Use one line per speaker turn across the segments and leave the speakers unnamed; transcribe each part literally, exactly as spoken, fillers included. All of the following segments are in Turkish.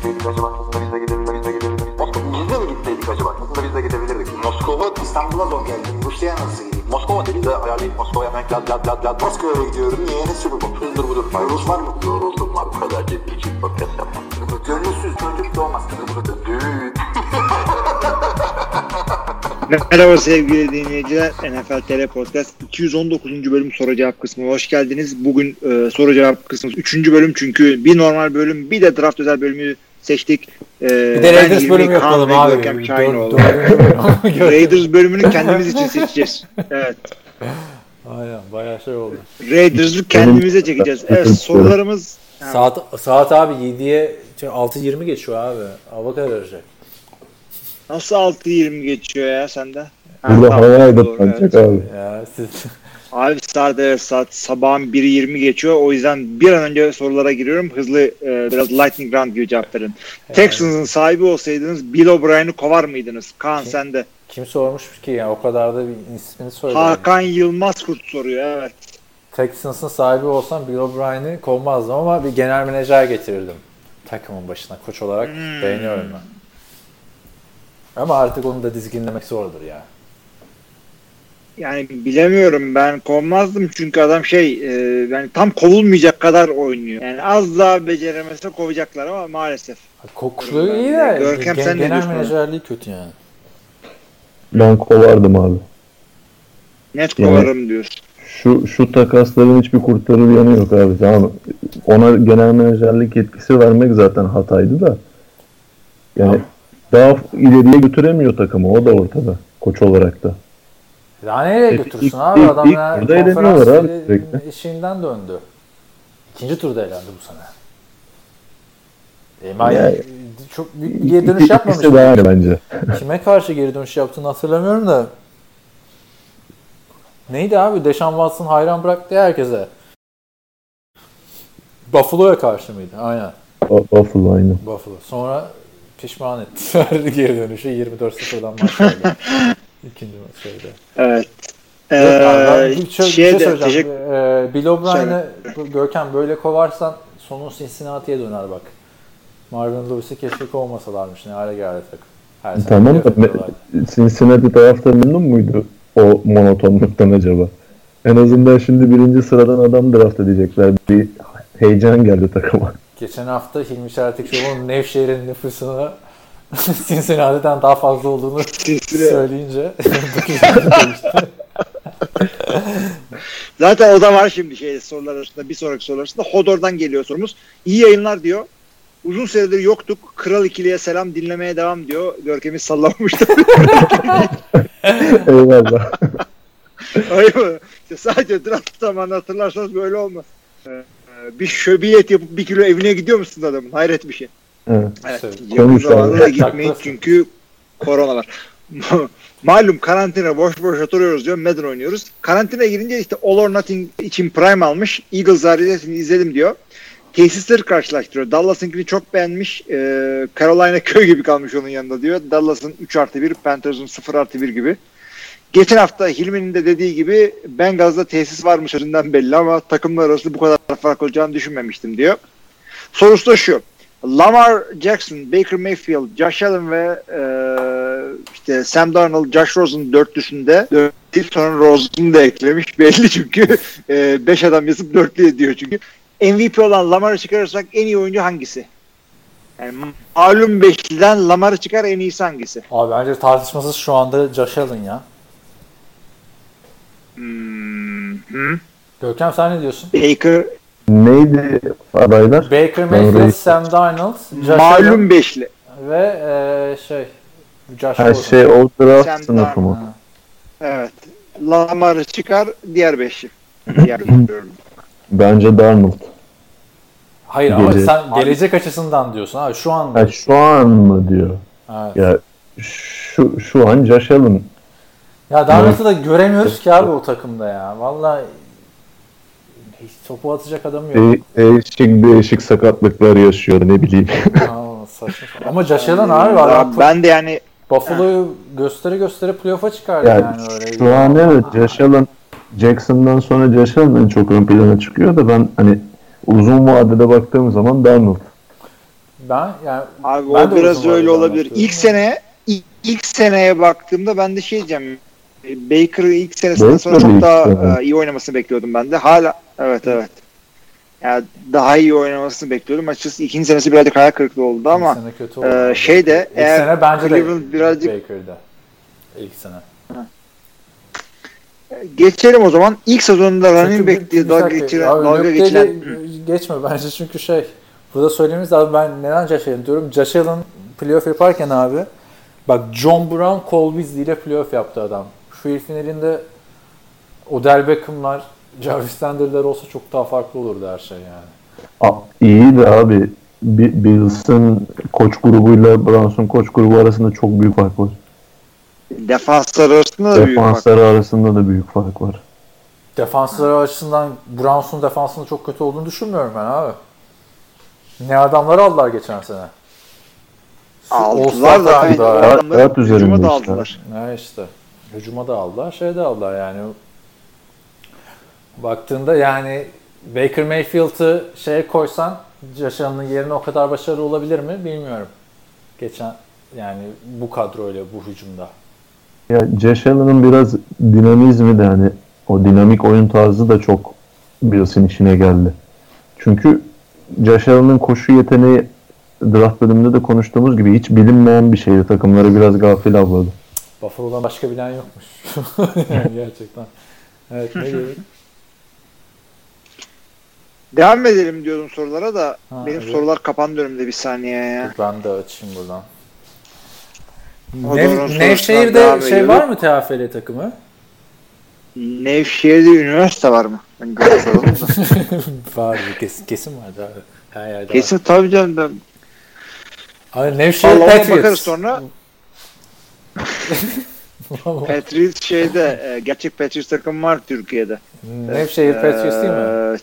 acaba? Aslında biz de gidebiliriz, biz de gidebiliriz. Biz de mi gitseydik acaba? Aslında biz de gidebilirdik. Moskova, İstanbul'a zor geldim. Rusya'ya nasıl gideyim? Moskova dedi de ayarlayıp Moskova'ya hemen lad lad lad lad. Moskova'ya gidiyorum. Niye? Ne sürü bu? Hızdır budur. Rus var mı? Yoruldum var. Bu kadar ciddi için podcast yapmam. Gönülsüz çocuk doğmaz. Düğün.
Merhaba sevgili dinleyiciler. N F L T R Podcast iki yüz on dokuzuncu bölüm soru cevap kısmına hoş geldiniz. Bugün e, soru cevap kısmımız üçüncü bölüm çünkü bir normal bölüm bir de draft özel bölümü seçtik. E,
bir de Raiders bölümü yapalım abi.
Raiders bölümünü kendimiz için seçeceğiz. Evet.
Aynen bayağı şey oldu.
Raiders'ı kendimize çekeceğiz. Evet sorularımız.
Saat saat abi yediye altı yirmi geçiyor abi. Hava kararacak.
Nasıl altı yirmi geçiyor ya sende?
Burada hava aydınlanacak evet. Abi.
Ya siz...
Abi saat, evet, saat sabahın biri yirmi geçiyor. O yüzden bir an önce sorulara giriyorum. Hızlı e, biraz lightning round gibi cevap verin. Evet. Texans'ın sahibi olsaydınız Bill O'Brien'i kovar mıydınız? Kaan kim, sende.
Kim sormuş ki ya? O kadar da bir ismini söyledi.
Hakan Yılmaz Kurt soruyor. Evet.
Texans'ın sahibi olsam Bill O'Brien'i kovmazdım ama bir genel menajer getirirdim. Takımın başına koç olarak hmm. beğeniyorum ben. Ama artık onu da dizginlemek zordur ya.
Yani bilemiyorum, ben kovmazdım çünkü adam şey e, yani tam kovulmayacak kadar oynuyor. Yani az daha beceremezse kovacaklar ama maalesef.
Kokuşluğu iyi de
Görkem,
gen- genel menajerliği kötü yani.
Ben kovardım abi.
Net yani, kovarım diyorsun.
Şu şu takasların hiçbir kurtarır yanı yok abi, tamam. Ona genel menajerlik yetkisi vermek zaten hataydı da. Yani tamam. Daha ileriye götüremiyor takımı. O da ortada. Koç olarak da.
Daha nereye götürsün ilk, abi?
Ilk,
Adam
ilk
ya
konferans
işinden döndü. İkinci turda elendi bu sene. E, yani, çok büyük bir geri dönüş yapmamış.
Bence.
Kime karşı geri dönüş yaptığını hatırlamıyorum da. Neydi abi? Deshaun Watson hayran bıraktı herkese. Buffalo'ya karşı mıydı? Aynen.
Buffalo aynen.
Buffalo. Sonra pişman etti. Geri dönüşü yirmi dört sıfırdan başladı. İkinci maç şeyde.
Evet.
Ee, Yok, bir şey, şey söyleyeceğim. Teşekkür... Ee, Bill O'Brien'i Görkem böyle kovarsan sonu Cincinnati'ye döner bak. Marvin Lewis'i keşke kovmasalarmış. Ne hale geldi takım. Her
tamam da Cincinnati tarafta memnun muydu o monotonluktan acaba? En azından şimdi birinci sıradan adam draft edecekler. Bir heyecan geldi takıma.
Geçen hafta Hilmi Çeltikçioğlu'nun Nevşehir'in nüfusuna Cincinnati'den daha fazla olduğunu söyleyince
zaten o da var şimdi şey sorular arasında, bir sonraki sorular arasında. Hodor'dan geliyor sorumuz. İyi yayınlar diyor. Uzun süredir yoktuk. Kral ikiliye selam, dinlemeye devam diyor. Görkem'i sallamamıştı.
Eyvallah.
Hayır mı? İşte sadece draft zamanı hatırlarsanız böyle olmaz. Bir şöbiyet yapıp bir kilo evine gidiyor musun adamın? Hayret bir şey.
Evet.
Evet. Yakın zamanda gitmeyin çünkü korona var. Malum karantina, boş boş oturuyoruz diyor. Madden oynuyoruz. Karantinaya girince işte All or Nothing için Prime almış. Eagles haritesini izledim diyor. Tesisleri karşılaştırıyor. Dallas'ınkini çok beğenmiş. Ee, Carolina köy gibi kalmış onun yanında diyor. Dallas'ın üç artı bir, Panthers'ın sıfır artı bir gibi. Geçen hafta Hilmi'nin de dediği gibi Bengals'da tesis varmış sözünden belli ama takımlar arasında bu kadar fark olacağını düşünmemiştim diyor. Sorusu da şu. Lamar Jackson, Baker Mayfield, Josh Allen ve e, işte Sam Darnold, Josh Rosen dörtlüsünde dörtlü sonra Rosen'u da eklemiş. Belli çünkü beş e, adam yazıp dörtlü ediyor çünkü. M V P olan Lamar'ı çıkarırsak en iyi oyuncu hangisi? Yani malum beşliden Lamar'ı çıkar, en iyisi hangisi?
Abi bence tartışmasız şu anda Josh Allen ya.
Hmm, hmm.
Görkem sen ne diyorsun?
Baker
neydi adaylar?
Baker Mayfield, Sam Darnold,
Josh malum Allen beşli
ve e, şey Josh
Her şey o draft sınıfı mı?
Evet. Lamar'ı çıkar, diğer beşli. Diğer
bence Darnold.
Hayır Gece. Ama sen gelecek abi, açısından diyorsun abi şu an mı?
Ha, şu an mı diyor?
Evet.
Ya şu şu an Josh Allen.
Ya Darnold'u da göremiyoruz ki abi o takımda ya. Vallahi hiç topu atacak adam yok.
De- değişik değişik sakatlıklar yaşıyor ne bileyim.
Aa, saçma. Ama Josh Allen abi var.
Ben de yani
Buffalo'yu gösteri gösteri playoff'a çıkardı yani, yani öyle.
Şu an evet Josh Allen Jackson'dan sonra Josh Allen en çok ön plana çıkıyor da ben hani uzun vadede baktığım zaman Darnold.
Ben yani
abi
ben
o biraz öyle olabilir. İlk sene ilk, ilk seneye baktığımda ben de şey diyeceğim. Baker'ı ilk senesinden sonra çok daha sene. iyi oynamasını bekliyordum ben de. Hala evet evet. Yani daha iyi oynamasını bekliyordum. Açıkçası ikinci senesi birazcık hayal kırıklığı oldu ama e, şey de
ilk eğer sene bence
Cleveland
de
birazcık
Baker'da. İlk sene.
Geçelim o zaman. İlk sezonunda running back diye dalga geçiren, dalga geçilen
geçme bence çünkü şey burada söylememiz lazım. Ben neden Josh Allen diyorum? Josh Allen playoff yaparken abi bak John Brown, Cole Beasley ile playoff yaptı adam. Şu yıl finalinde Odell Beckham'lar, Jarvis Landry'ler olsa çok daha farklı olurdu her şey yani.
A, iyi de abi Bills'ın koç grubuyla Browns'un koç grubu arasında çok büyük fark var.
Defanslar arasında da büyük fark var.
Defansları arasında da büyük fark var.
Defansları açısından Browns'un defansının çok kötü olduğunu düşünmüyorum ben abi. Ne adamları aldılar geçen sene.
Aldılar da
hayat
hücuma da aldılar.
Ne işte. Hücuma da aldılar, şey de aldılar yani. Baktığında yani Baker Mayfield'ı şeye koysan Josh Allen'ın yerine o kadar başarılı olabilir mi bilmiyorum. Geçen yani bu kadroyla bu hücumda.
Ya Josh Allen'ın biraz dinamizmi de hani o dinamik oyun tarzı da çok Bills'in işine geldi. Çünkü Josh Allen'ın koşu yeteneği draft bölümünde de konuştuğumuz gibi hiç bilinmeyen bir şeydi. Takımları biraz gafil avladı.
Buffalo'dan başka bilen yokmuş. Gerçekten. Evet, ne diyorsun?
Devam edelim diyordum sorulara da
ha,
benim
evet.
sorular kapandı önümde bir saniye ya.
Ben de açayım buradan.
Nev-
Nevşehir'de şey ediyorum. Var mı T F L takımı?
Nevşehir'de üniversite var mı?
Var, kesin, kesin var da. Her yerde
kesin
var.
Tabii canım. Ben...
Abi Nevşehir Patriots.
Bakarız sonra. Patriots şeyde, gerçek Patriots takım var Türkiye'de.
Nevşehir Patriots değil mi?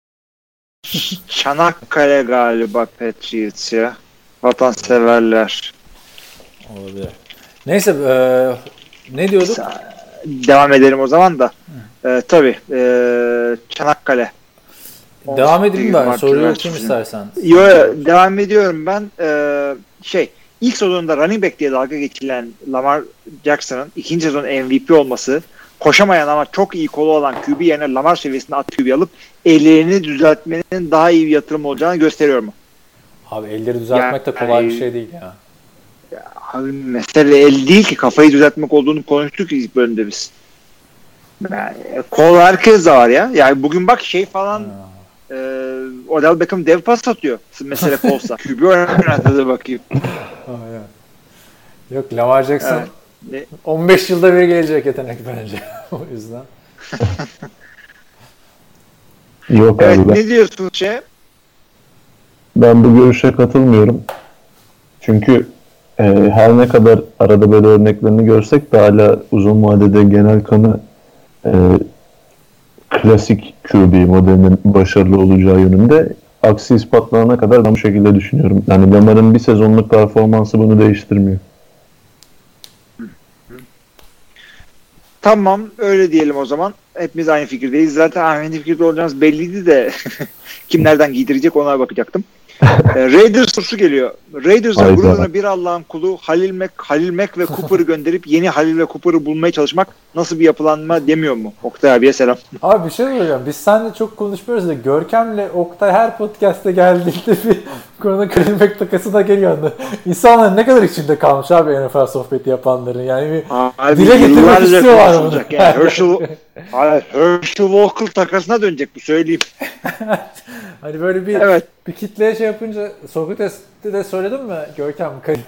Çanakkale galiba Patriots ya. Vatanseverler.
Olabilir. Neyse e, ne diyorduk?
Devam edelim o zaman da. E, tabii e, Çanakkale.
Devam edeyim ben. Soruyu okuyayım istersen.
Yo, devam ediyorum ben. E, şey ilk sezonunda running back diye dalga geçilen Lamar Jackson'ın ikinci sezon M V P olması, koşamayan ama çok iyi kolu olan Q B yerine Lamar seviyesinde at Q B alıp ellerini düzeltmenin daha iyi bir yatırım olacağını gösteriyor mu?
Abi elleri düzeltmek yani, de kolay bir şey değil ya.
ya abi mesele el değil ki, kafayı düzeltmek olduğunu konuştuk ilk bölümde biz. Yani, kol herkes de var ya. Yani bugün bak şey falan e, Odell Beckham dev pas atıyor. Mesele kolsa. Q B oynadı bakayım.
Yok Lamar Jackson evet. on beş yılda bir gelecek yetenek bence. O yüzden.
Yok
evet,
abi ben,
ne diyorsun şey?
Ben bu görüşe katılmıyorum. Çünkü e, her ne kadar arada böyle örneklerini görsek de hala uzun vadede genel kanı e, klasik Q B modelinin başarılı olacağı yönünde. Aksi ispatlanana kadar ben bu şekilde düşünüyorum. Yani Lamar'ın bir sezonluk performansı bunu değiştirmiyor.
Tamam, öyle diyelim o zaman. Hepimiz aynı fikirdeyiz. Zaten aynı fikirde olacağımız belliydi de kim nereden giydirecek ona bakacaktım. Raiders sorusu geliyor. Raiders'ın gururuna bir Allah'ın kulu Halil Mack, Halil Mack ve Cooper'ı gönderip yeni Halil ve Cooper'ı bulmaya çalışmak nasıl bir yapılanma demiyor mu? Oktay abiye selam.
Abi bir şey söyleyeceğim. Biz seninle çok konuşmuyoruz da Görkem'le Oktay her podcast'te geldiğinde bir konuda Halil Mack takası da geliyor. İnsanlar ne kadar içinde kalmış abi N F L sohbeti yapanların. Yani bir
abi,
dile getirmek istiyorlar bunu.
Yani. Herschel, Herschel Walker takasına dönecek bu, söyleyeyim.
Hani böyle bir
evet.
bir kitleye şey yapınca Sokrates'te de söyledin mi Görkem?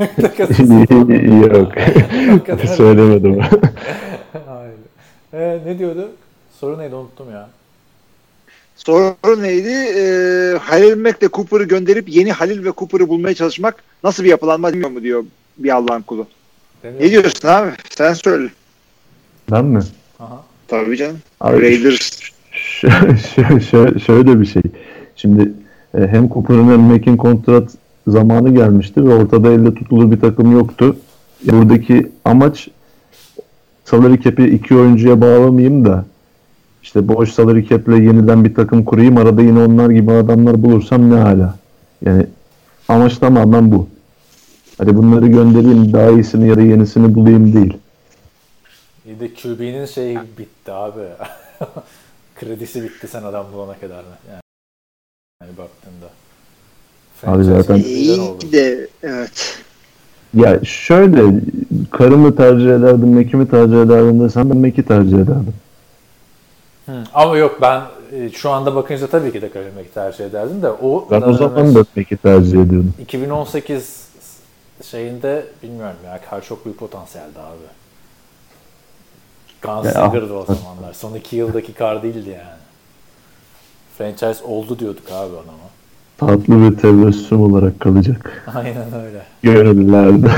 Yok. Söylemedim.
Aynen. Ee, ne diyordu? Soru neydi? Unuttum ya.
Soru neydi? Ee, Halil Mack ile Cooper'ı gönderip yeni Halil ve Cooper'ı bulmaya çalışmak nasıl bir yapılanma demiyor mu diyor bir Allah'ın kulu. Demiyor ne diyorsun abi? Sen söyle.
Ben mi?
Aha.
Tabii canım.
Abi,
Raiders.
Şöyle, şöyle, şöyle bir şey. Şimdi hem Cooper'ın hem Mack'in kontrat zamanı gelmişti ve ortada elde tutulur bir takım yoktu. Buradaki amaç salary cap'i iki oyuncuya bağlamayayım da işte boş salary cap'le yeniden bir takım kurayım, arada yine onlar gibi adamlar bulursam ne hala. Yani amaç tamamen bu. Hadi bunları göndereyim, daha iyisini ya da yenisini bulayım değil.
İyi de Q B'nin şeyi bitti abi. Kredisi bitti sen adam bulana kadar. Yani, yani baktığında.
Abi zaten
iyi de evet.
Ya şöyle, karımı tercih ederdim, Mac'i tercih ederdim desem ben Mac'i tercih ederdim.
Hı. Ama yok ben e, şu anda bakınca tabii ki de karımı Mac'i tercih ederdim de o
Ben o zaman da Mac'i tercih ediyordum.
iki bin on sekiz şeyinde bilmiyorum ya kar çok büyük potansiyeldi abi. Gunslinger'dı o zamanlar. Son iki yıldaki kar değildi yani. Franchise oldu diyorduk abi ona.
Tatlı bir tebessüm olarak kalacak.
Aynen öyle.
Gönüllerde.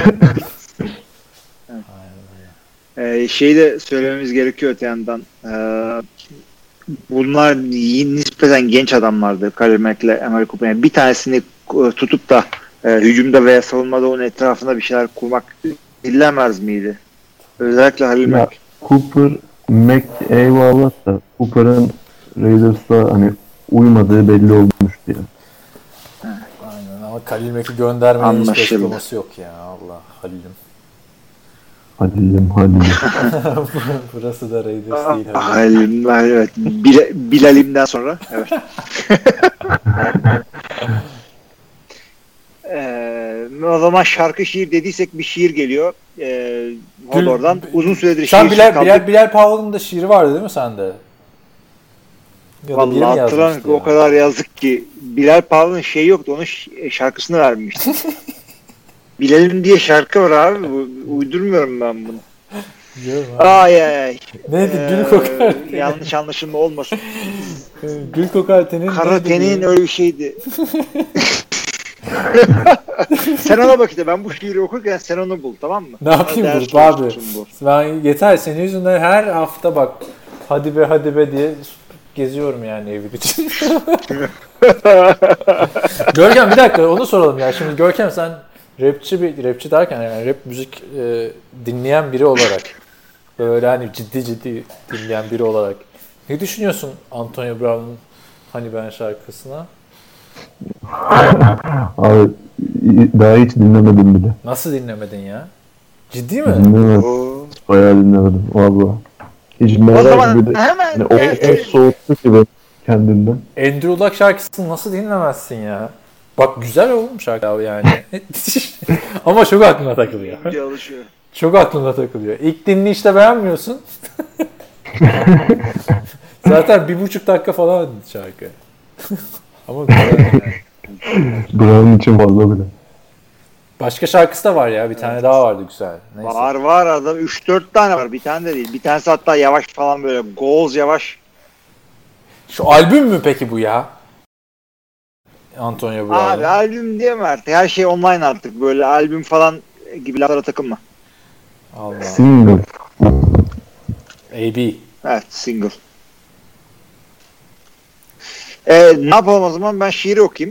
Ee, şeyi de söylememiz gerekiyor öte yandan. Ee, bunlar nispeten genç adamlardı. Khalil Mack'le Amari Cooper. Yani bir tanesini tutup da e, hücumda veya savunmada onun etrafında bir şeyler kurmak bilemez miydi? Özellikle Khalil Mack.
Cooper, Mack eyvallah da Cooper'ın Raiders'la hani uymadığı belli olmuştu ya.
Aynen ama Khalil Mack'i göndermenin hiçbir açıklaması yok ya. Allah Halil'im.
Halil'im, Halil'im.
Burası da Raiders değil.
Halil'im, evet. Bil, Bilal'imden sonra. Evet. ee, o zaman şarkı şiir dediysek bir şiir geliyor. Ee, oradan uzun süredir şiir
Sen Bilal,
kaldı.
Bilal, Bilal Powell'ın da şiiri vardı değil mi sende? Ya
vallahi hatırlamıyorum o kadar yazık ki. Bilal Powell'ın şeyi yoktu. Onun şarkısını vermişti. Bilal'im diye şarkı var abi. Uydurmuyorum ben bunu. Ay ay.
Neydi?
Ee,
Gül kokar.
Yanlış anlaşılma olmasın.
Gül kokar tenin.
Kara tenin öyle bir şeydi. Sen ona bak işte ben bu şiiri okurken sen onu bul tamam mı?
Ne yapayım bulup abi? Ben yeter senin yüzünden her hafta bak hadi be hadi be diye geziyorum yani evin için. Görkem bir dakika onu soralım ya. Şimdi Görkem sen rapçi bir rapçi derken yani rap müzik e, dinleyen biri olarak böyle hani ciddi ciddi dinleyen biri olarak ne düşünüyorsun Antonio Brown'un Hani Ben şarkısına?
Abi daha hiç dinlemedim bile.
Nasıl dinlemedin ya? Ciddi mi?
Dinlemedim. Bayağı dinlemedim valla. Hiç merak gibi de.
Hemen
Yani o kadar soğuttu ki ben kendimden.
Andrew Luck şarkısını nasıl dinlemezsin ya? Bak güzel oğlum şarkı abi yani. Ama çok aklına takılıyor. Çok aklına takılıyor. İlk dinleyişte beğenmiyorsun. Zaten bir buçuk dakika falan şarkı. Ama güzel yani.
Brown için fazla bile.
Başka şarkısı da var ya. Bir tane daha vardı güzel. Neyse.
Var var adam. üç dört tane var. Bir tane de değil. Bir tanesi hatta yavaş falan böyle. Goals yavaş.
Şu albüm mü peki bu ya? Antonio Brown.
Abi albüm diyemem artık. Her şey online artık. Böyle albüm falan gibi laflara takılma.
Allah.
Single.
A B.
Evet single. Ee, ne yapalım o zaman? Ben şiiri okuyayım.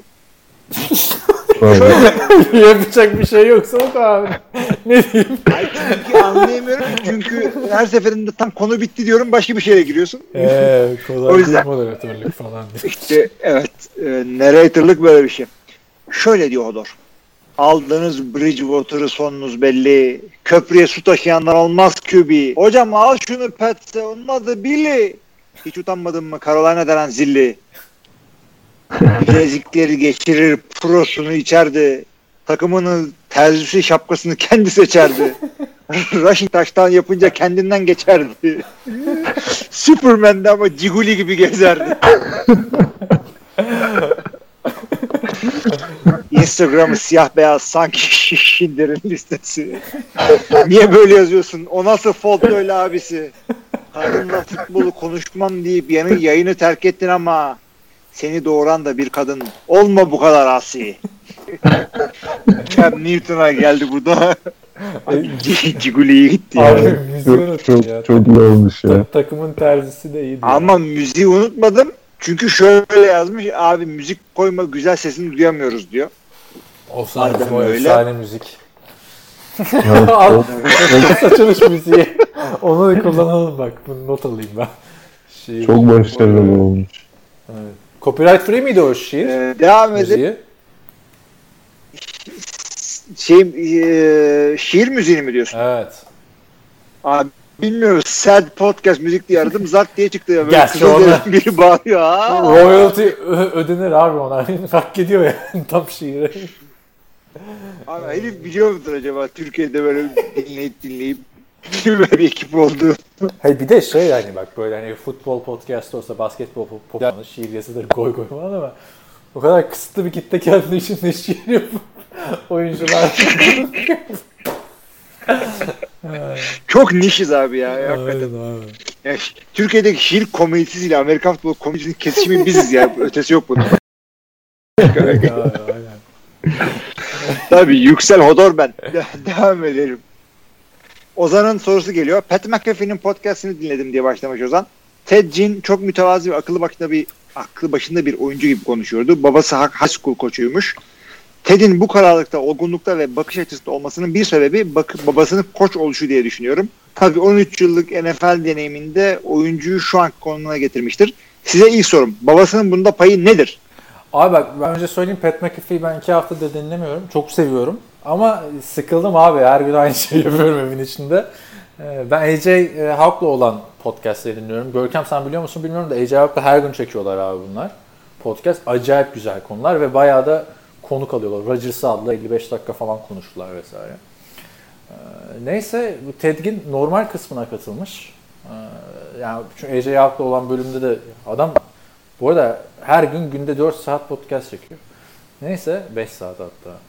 Yapacak bir şey yoksa o abi. Ne diyeyim?
Ay çünkü anlayamıyorum. Çünkü her seferinde tam konu bitti diyorum. Başka bir şeye giriyorsun.
Eee kolay
o yüzden.
Moderatörlük falan.
İşte evet. E, narrator'lık böyle bir şey. Şöyle diyor Hodor. Aldığınız Bridgewater'ı sonunuz belli. Köprüye su taşıyanlar olmaz Q B. Hocam al şunu Pets'e. Onun adı Billy. Hiç utanmadın mı Carolina denen zilli? Bilezikleri geçirir, prosunu içerdi. Takımının terzisi şapkasını kendi seçerdi. Rushing taştan yapınca kendinden geçerdi. Superman'de ama Ciguli gibi gezerdi. Instagram'ı siyah beyaz sanki Schindler'in listesi. Niye böyle yazıyorsun? O nasıl font öyle abisi? Kadınla futbolu konuşmam deyip yanı yayını terk ettin ama seni doğuran da bir kadın. Olma bu kadar asi. Cam Newton'a geldi burada. Ciguli'ye gitti ya.
Abi müziği
Çok, çok,
ya.
çok iyi olmuş ya.
Takımın terzisi de iyiydi.
Ama müziği unutmadım. Çünkü şöyle yazmış. Abi müzik koyma güzel sesini duyamıyoruz diyor.
Olsan
Madem
o
öyle.
efsane müzik.
Ya,
Al, saçılış müziği. Onu da kullanalım bak. Bunu not alayım ben. Şiir.
çok başarılı olmuş.
Evet. Copyright free miydi o şiir?
Ee, devam edip
Müziği?
şey e, şiir müziğini mi diyorsun?
Evet.
Abi bilmiyorum. Sad podcast müzik diye aradım. Zart diye çıktı ya. Böyle
Gerçi ona-
biri bağırıyor. Aa!
Royalty ö- ödenir abi ona. Hak ediyor yani tam şiiri.
Abi herif biliyor mudur acaba Türkiye'de böyle dinleyip dinleyip böyle bir ekip oldu.
Hayır bir de şey yani bak böyle hani futbol podcast olsa basketbol podcast şiir yazılır goy goy falan ama o kadar kısıtlı bir kitle kendi içinde şiir yapıp oyuncular.
Çok nişiz abi ya. Hakikaten.
Aynen abi.
Ya, Türkiye'deki şiir komedisiyle Amerikan futbol komedisinin kesişimi biziz ya. Ötesi yok bunun.
Aynen.
Tabii Yüksel Hodor ben. De- devam edelim. Ozan'ın sorusu geliyor. Pat McAfee'nin podcast'ini dinledim diye başlamış Ozan. Ted Ginn çok mütevazi ve akıllı başında bir aklı başında bir oyuncu gibi konuşuyordu. Babası high school koçuymuş. Ted'in bu kararlılıkta, olgunlukta ve bakış açısında olmasının bir sebebi bak- babasının koç oluşu diye düşünüyorum. Tabii on üç yıllık N F L deneyiminde oyuncuyu şu anki konumuna getirmiştir. Size ilk sorum. Babasının bunda payı nedir?
Abi bak ben önce söyleyeyim Pat McAfee'yi ben iki haftadır dinlemiyorum. Çok seviyorum. Ama sıkıldım abi. Her gün aynı şeyi yapıyorum evin içinde. Ben A J Hawk'la olan podcast'leri dinliyorum. Görkem sen biliyor musun bilmiyorum da A J Hawk'la her gün çekiyorlar abi bunlar. Podcast acayip güzel konular ve bayağı da konuk alıyorlar. Rodgers'ı adlı elli beş dakika falan konuştular vesaire. Neyse bu Ted Ginn normal kısmına katılmış. Yani çünkü A J Hawk'la olan bölümde de adam bu arada her gün günde dört saat podcast çekiyor. Neyse beş saat hatta.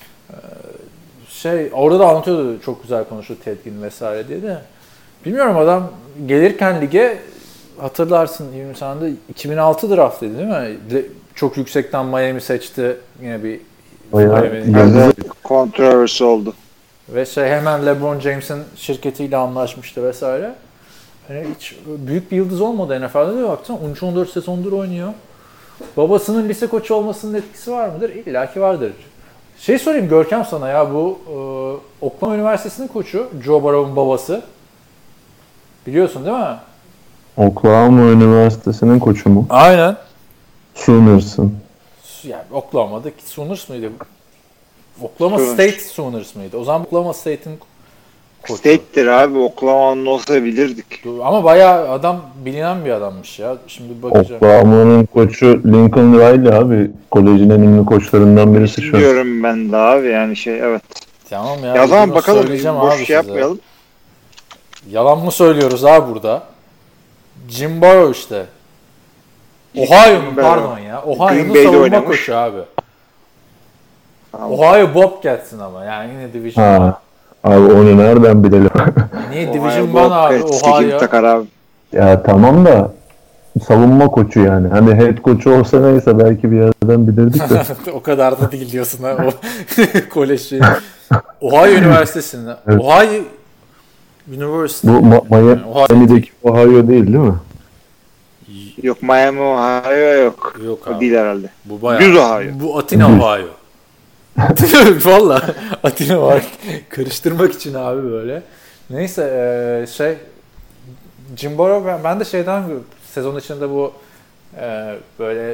Şey orada da anlatıyordu çok güzel konuşuyor Ted Ginn vesaire diye de. Bilmiyorum adam gelirken lige hatırlarsın yirmi saniyede iki bin altı draftıydı değil mi? De, çok yüksekten Miami seçti yine bir
Miami'nin kontroversi oldu.
Ve şey hemen LeBron James'in şirketiyle anlaşmıştı vesaire. Yani hiç büyük bir yıldız olmadı N F L'de de baksana on üç on dört sezondur oynuyor. Babasının lise koçu olmasının etkisi var mıdır? İlla ki vardır. Şey sorayım Görkem sana ya bu e, Oklahoma Üniversitesi'nin koçu Joe Burrow'un babası. Biliyorsun değil mi?
Oklahoma Üniversitesi'nin koçu mu?
Aynen.
Sooners'ın.
Yani Oklahoma'daki Sooners mıydı? Oklahoma Sooners. State Sooners mıydı? O zaman Oklahoma State'in koçu.
State'tir abi. Oklahoma'nın olsa bilirdik.
Ama bayağı adam bilinen bir adammış ya. Şimdi bakacağım.
Oklahoma'nın koçu Lincoln Riley abi. Kolejin en ünlü koçlarından birisi şu an.
Diyorum ben de abi yani şey evet.
Tamam ya.
Ya o zaman bakalım boş şey yapmayalım.
Yalan mı söylüyoruz abi burada? Jim Burrow işte. Ohio'nun pardon ya. Ohio'nun savunma oynamış. Koçu abi. Tamam. Ohio Bobcats'ın ama yani yine Division
ha. Abi onu nereden bilelim?
Niye Division bir abi Ohio?
Takar abi.
Ya tamam da savunma koçu yani. Hani head koçu olsa neyse belki bir yerden bilirdik de.
O kadar da değil diyorsun ha. O koleji. Ohio Üniversitesi'nde. Evet. Ohio University.
Bu Ma- Miami'deki Ohio değil değil mi?
Yok Miami Ohio yok.
Yok abi.
O değil herhalde.
Bu bayağı.
Düz Ohio.
Bu Atina Ohio. Valla Atina var. Karıştırmak için abi böyle. Neyse ee, şey Jim Burrow ben, ben de şeyden sezon içinde bu e, böyle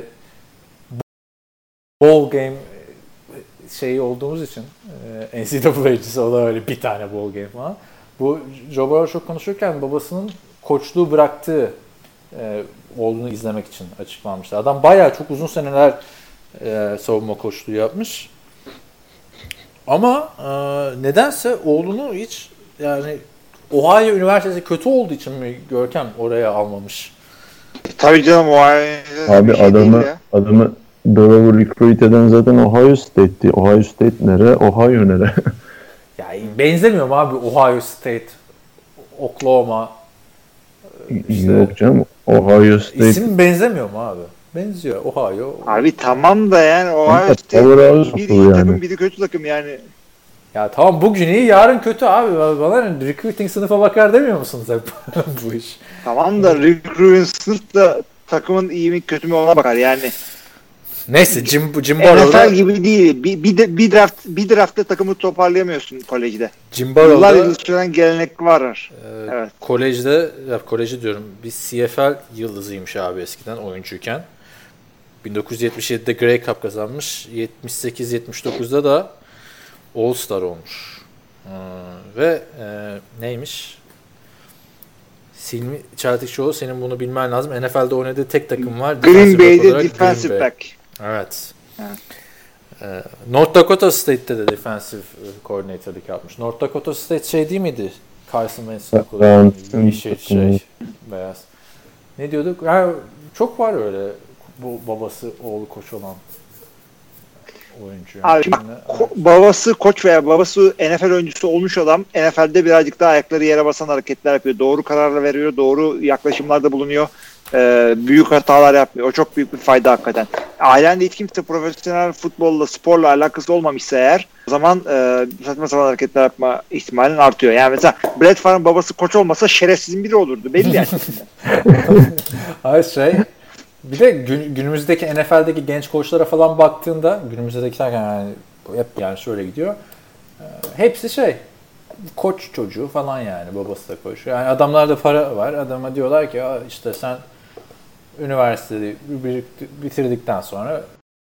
bowl game şeyi olduğumuz için e, N C A A'cisi o da öyle bir tane bowl game falan. Bu Joe Burrow çok konuşurken babasının koçluğu bıraktığı e, olduğunu izlemek için açıklanmıştı. Adam bayağı çok uzun seneler e, savunma koçluğu yapmış. Ama e, nedense oğlunu hiç yani Ohio Üniversitesi kötü olduğu için mi Görkem oraya almamış?
Tabii canım Ohio
abi şey adamı adamı Burrow'u recruit eden zaten Ohio State'ti. Ohio State nere? Ohio nere?
Yani benzemiyor mu abi Ohio State, Oklahoma?
İşte, yok canım. Ohio State.
İsim benzemiyor mu abi? Benziyor. Ohio.
Abi tamam da yani Ohio State bir iyi yani. Takım bir de kötü takım yani.
Ya tamam bugün iyi yarın kötü abi. Bana recruiting sınıfa bakar demiyor musunuz hep bu iş?
Tamam da recruiting sınıf da takımın iyi mi kötü mü ona bakar yani.
Neyse Jim Jim
N F L gibi değil. Bir, bir, de, bir draft bir draftta takımı toparlayamıyorsun kolejde.
Jim Burrow'da
yıllar yılı süren gelenek var.
E, evet. Kolejde, ya koleji diyorum. Bir C F L yıldızıymış abi eskiden oyuncuyken. bin dokuz yüz yetmiş yedide Grey Cup kazanmış. yetmiş sekiz yetmiş dokuzda da All-Star olmuş. Ee, ve e, neymiş? Silmi Çeltikçioğlu, senin bunu bilmen lazım. N F L'de oynadığı tek takım var.
Green Bay'de defensive Green Bay. back.
Evet. evet. Ee, North Dakota State'te de defensive coordinator'lık yapmış. North Dakota State şey değil miydi? Carson Wentz'in yeşil şey, beyaz. Ne diyorduk? Yani çok var öyle bu babası oğlu koç olan oyuncu.
Abi, yani. ko- babası koç veya babası N F L oyuncusu olmuş adam N F L'de birazcık daha ayakları yere basan hareketler yapıyor. Doğru kararlar veriyor. Doğru yaklaşımlarda bulunuyor. Ee, büyük hatalar yapmıyor. O çok büyük bir fayda hakikaten. Ailen de hiç kimse profesyonel futbolla, sporla alakası olmamışsa eğer o zaman e, saçma sapan hareketler yapma ihtimalin artıyor. Yani mesela Brett Favre'ın babası koç olmasa şerefsizin biri olurdu. Belli yani.
Hayır şey bir de gün, günümüzdeki N F L'deki genç koçlara falan baktığında günümüzdeki yani hep yani şöyle gidiyor. E, hepsi şey koç çocuğu falan yani, babası da koç. Yani adamlarda para var. Adama diyorlar ki işte sen üniversiteyi bitirdikten sonra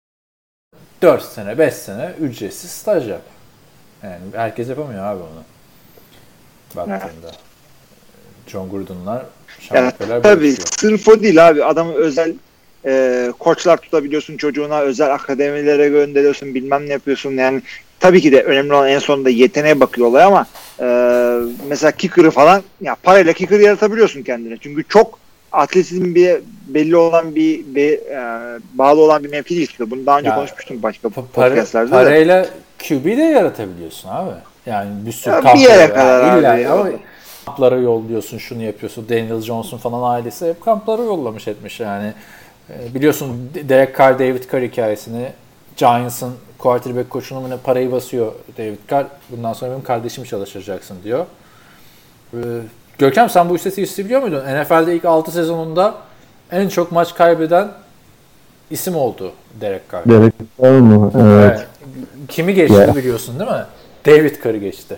dört sene, beş sene ücretsiz staj yap. Yani herkes yapamıyor abi onu. Baktığında. John Gruden'lar, şampiyoneler
tabii sırf o değil abi. Adamı özel e, koçlar tutabiliyorsun çocuğuna, özel akademilere gönderiyorsun, bilmem ne yapıyorsun. Yani tabii ki de önemli olan en sonunda yeteneğe bakıyor olay ama e, mesela kicker'ı falan ya parayla kicker yaratabiliyorsun kendine. Çünkü çok atletizm bir belli olan bir, bir e, bağlı olan bir mevki değil. Bunu daha önce ya, konuşmuştum başka pa- podcastlarda.
Parayla Q B de yaratabiliyorsun abi. Yani bir sürü
ya, bir yere kadar
yani,
abi.
İlla, ama kamplara yolluyorsun, şunu yapıyorsun. Daniel Jones'un falan ailesi hep kamplara yollamış etmiş yani. E, biliyorsun Derek Carr, David Carr hikayesini, Giants'ın quarterback koçunun ne parayı basıyor David Carr. Bundan sonra benim kardeşim çalışacaksın diyor. Ee, Görkem, sen bu istatistiği biliyor muydun? N F L'de ilk altı sezonunda en çok maç kaybeden isim oldu Derek Carr.
Derek Carr mı? Evet.
evet. Kimi geçti yeah. biliyorsun değil mi? David Carr'ı geçti.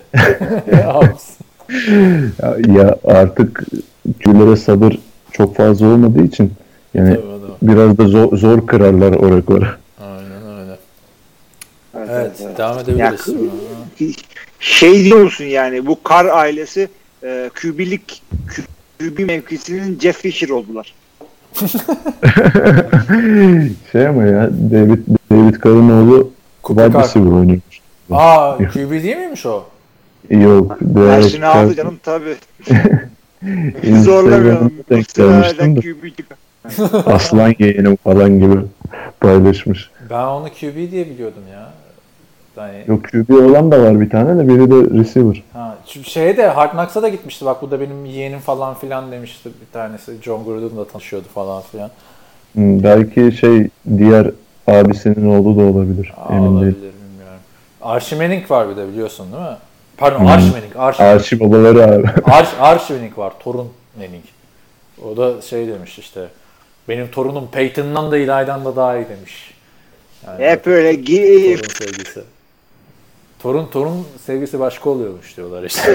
ya, ya artık Q'lere sabır çok fazla olmadığı için yani tabii, biraz da zor, zor kırarlar o rekoru.
Aynen öyle. Evet, evet, evet. Devam edebiliriz.
Ya, şey diyor musun yani bu Carr ailesi e, Q B'lik Q B mevkisinin Jeff Fisher oldular.
şey ama ya David David Carr'ın oğlu wide receiver oynuyor.
Aa, Q B değil miymiş o?
Yok.
Dersini aldı canım tabii. Zorlamıyorum.
Q B Aslan yeğenim falan gibi paylaşmış.
Ben onu Q B diye biliyordum ya. Yani...
Yok, Q B olan da var bir tane de, biri de receiver.
Ha, şeye de Hard Knocks'a da gitmişti. Bak bu da benim yeğenim falan filan demişti bir tanesi. John Gruden'la tanışıyordu falan filan.
Hmm, belki şey diğer abisinin oğlu da olabilir.
Aa,
emin
olabilir,
değilim.
bilmiyorum. Archie Manning var bir de, biliyorsun değil mi? Pardon, hmm. Archie Manning. Archie,
Archie babaları abi.
Archie, Archie Manning var. Torun Manning. O da şey demiş işte. Benim torunum Peyton'dan da Eli'den da daha iyi demiş.
Yani hep öyle gif.
Torun sevgisi. Torun torun sevgisi başka oluyormuş diyorlar işte.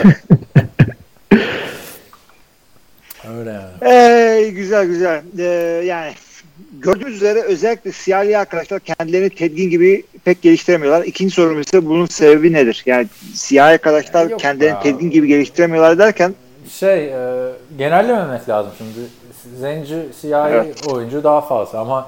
Öyle yani.
Ee, güzel güzel. Ee, yani gördüğünüz üzere özellikle siyahi arkadaşlar kendilerini Tedgin gibi pek geliştiremiyorlar. İkinci sorum ise bunun sebebi nedir? Yani siyahi arkadaşlar yani kendilerini Tedgin gibi geliştiremiyorlar derken
şey e, genellememek lazım şimdi. Zenci siyahi evet. oyuncu daha fazla ama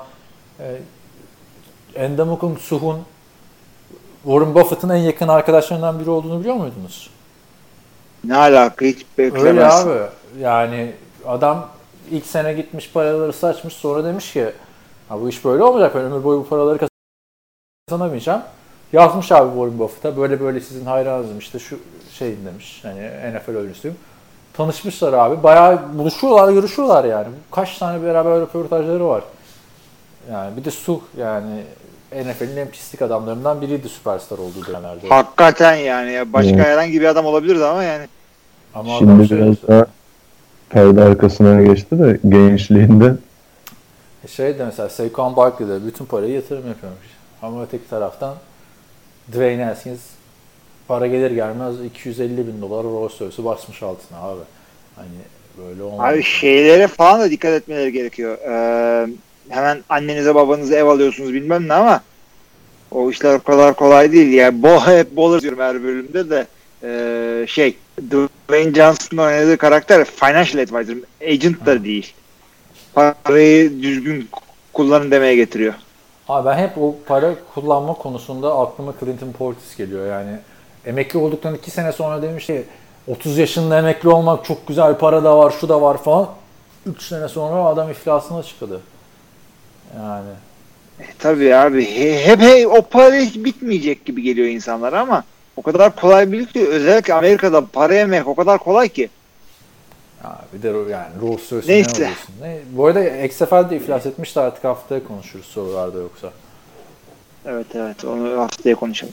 e, Endamukong Suh'un Warren Buffett'ın en yakın arkadaşlarından biri olduğunu biliyor muydunuz?
Ne alaka, hiç beklemezsin.
Öyle abi. Yani adam ilk sene gitmiş paraları saçmış, sonra demiş ki ha, bu iş böyle olmayacak, ben ömür boyu bu paraları kazanamayacağım. Yazmış abi Warren Buffett'a, böyle böyle sizin hayranınızım işte şu şeyin demiş. Hani N F L oyuncusuyum. Tanışmışlar abi. Bayağı buluşuyorlar, görüşüyorlar yani. Kaç tane beraber röportajları var. Yani bir de Suh yani N F L'in en pislik adamlarından biriydi süperstar olduğu dönemlerde.
Hakikaten yani. Başka evet. herhangi bir adam olabilirdi ama yani.
Ama şimdi biraz işte, daha perde arkasına geçti de gençliğinde.
Şey de mesela Saquon Barkley'de bütün parayı yatırım yapıyormuş. Ama öteki taraftan Dwayne Haskins para gelir gelmez iki yüz elli bin dolar Rolls Royce'u basmış altına abi. Hani böyle olmuyor.
Abi şeylere falan da dikkat etmeleri gerekiyor. Ee, hemen annenize babanıza ev alıyorsunuz bilmem ne ama O işler o kadar kolay değil. Yani bo hep bowler diyorum her bölümde de ee, şey Dwayne Johnson'ın oynadığı karakter financial advisor. Agent da değil. Parayı düzgün kullanın demeye getiriyor.
Abi ben hep o para kullanma konusunda aklıma Clinton Portis geliyor. Yani emekli olduktan iki sene sonra demiş ki otuz yaşında emekli olmak çok güzel, para da var, şu da var falan. üç sene sonra adam iflasına çıktı. Yani.
E, tabii abi. Hep he, o para hiç bitmeyecek gibi geliyor insanlara ama o kadar kolay değil ki. Özellikle Amerika'da para yemek o kadar kolay ki.
Ya bir de yani Rolls Royce'u
Neyse.
ne alıyorsun? Ne? Bu arada X F L'de iflas etmişti, artık haftaya konuşuruz sorularda yoksa.
Evet evet onu haftaya konuşalım.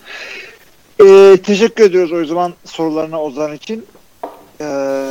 Ee, teşekkür ediyoruz o zaman sorularına Ozan için. Ee,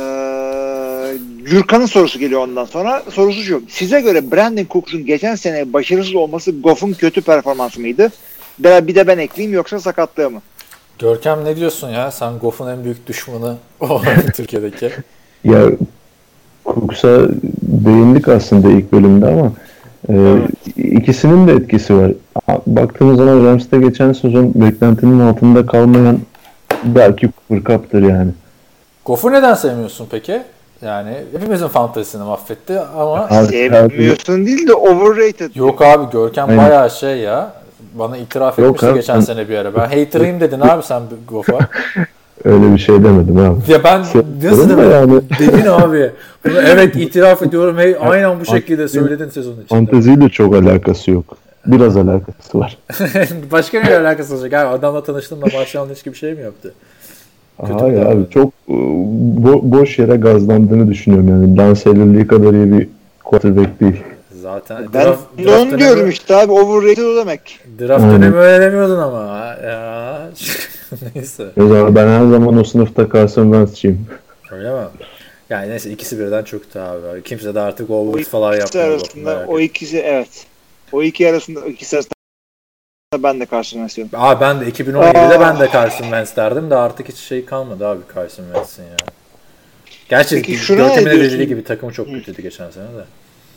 Gürkan'ın sorusu geliyor ondan sonra. Sorusu şu. Size göre Brandon Cooks'un geçen sene başarısız olması Goff'un kötü performansı mıydı? Bir de ben ekleyeyim yoksa sakatlığı mı?
Görkem ne diyorsun ya? Sen Goff'un en büyük düşmanı o Türkiye'deki.
Ya Cooks'a değindik aslında ilk bölümde ama e, evet. ikisinin de etkisi var. Baktığımız zaman Rams'te geçen sezon beklentinin altında kalmayan belki Cooper Cup'tır yani.
Goff'u neden sevmiyorsun peki? Yani hepimizin fantezisini mahvetti ama...
Sevmiyorsun değil de overrated.
Yok abi Görkem Aynen. bayağı şey ya. Bana itiraf
Yok
etmişti
abi,
geçen
ben...
sene bir ara. Ben hater'ıyım dedin abi sen Goff'a.
Öyle bir şey demedim abi.
Ya ben nasıl demedim? Yani. Dedin abi. Evet itiraf ediyorum. Hey, aynen bu şekilde söyledin sezon içinde.
Fanteziyle çok alakası yok. Biraz alakası var.
Başka neyle alakası olacak abi? Adamla tanıştığında Marshall'ın hiç gibi bir şey mi yaptı?
Hayır abi abi çok bo- boş yere gazlandığını düşünüyorum yani. Dan Seyler'liği kadar iyi bir quarterback değil.
Zaten
ben
draft,
de onu diyorum dönemi, işte abi overrated o demek.
Draft hmm. dönemi öyle demiyordun ama ya. Neyse.
O zaman ben her zaman o sınıfta Carson Wentz'ciyim.
Öyle mi? Yani neyse ikisi birden çöktü abi. Kimse de artık Wolves falan yapmıyor.
Arasında, o ikisi evet. O iki arasında o ikisi arasında ben de Carson Wentz diyorum.
Aa ben de iki bin on yedide ben de Carson Wentz derdim de artık hiç şey kalmadı abi Carson Wentz'in ya. Gerçi Görkem'in de dediği gibi takımı çok kötüydü geçen sene de.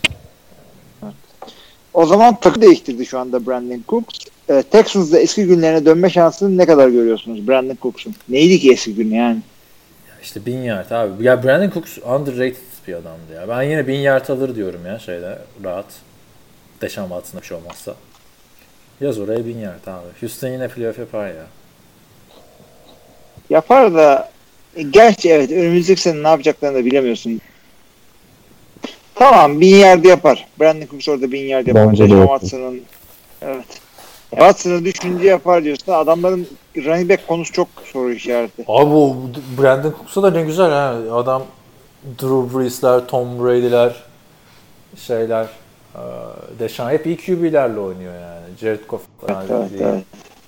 O zaman takı değiştirdi şu anda Brandon Cooks. Ee, Texans'da eski günlerine dönme şansını ne kadar görüyorsunuz Brandon Cooks'un? Neydi ki eski gün yani?
Ya işte bin yard abi. Ya Brandon Cooks underrated bir adamdı ya. Ben yine bin yard alır diyorum ya şeyde rahat. Deshaun Watson'da bir şey olmazsa. Yaz oraya bin yard abi. Houston yine playoff yapar ya.
Yapar da gerçi evet önümüzdeki sene ne yapacaklarını da bilemiyorsun. Tamam bin yard yapar. Brandon Cooks orada bin yard yapar. Deshaun Watson'ın evet. Watson'ı düşünce yapar diyorsun. Adamların running back konusu çok soru işareti.
Abi o Brandon Cooks'a da ne güzel ha. Adam Drew Brees'ler, Tom Brady'ler şeyler Deshaun hep iyi Q B'lerle oynuyor yani. Jared Goff falan
evet, evet, evet.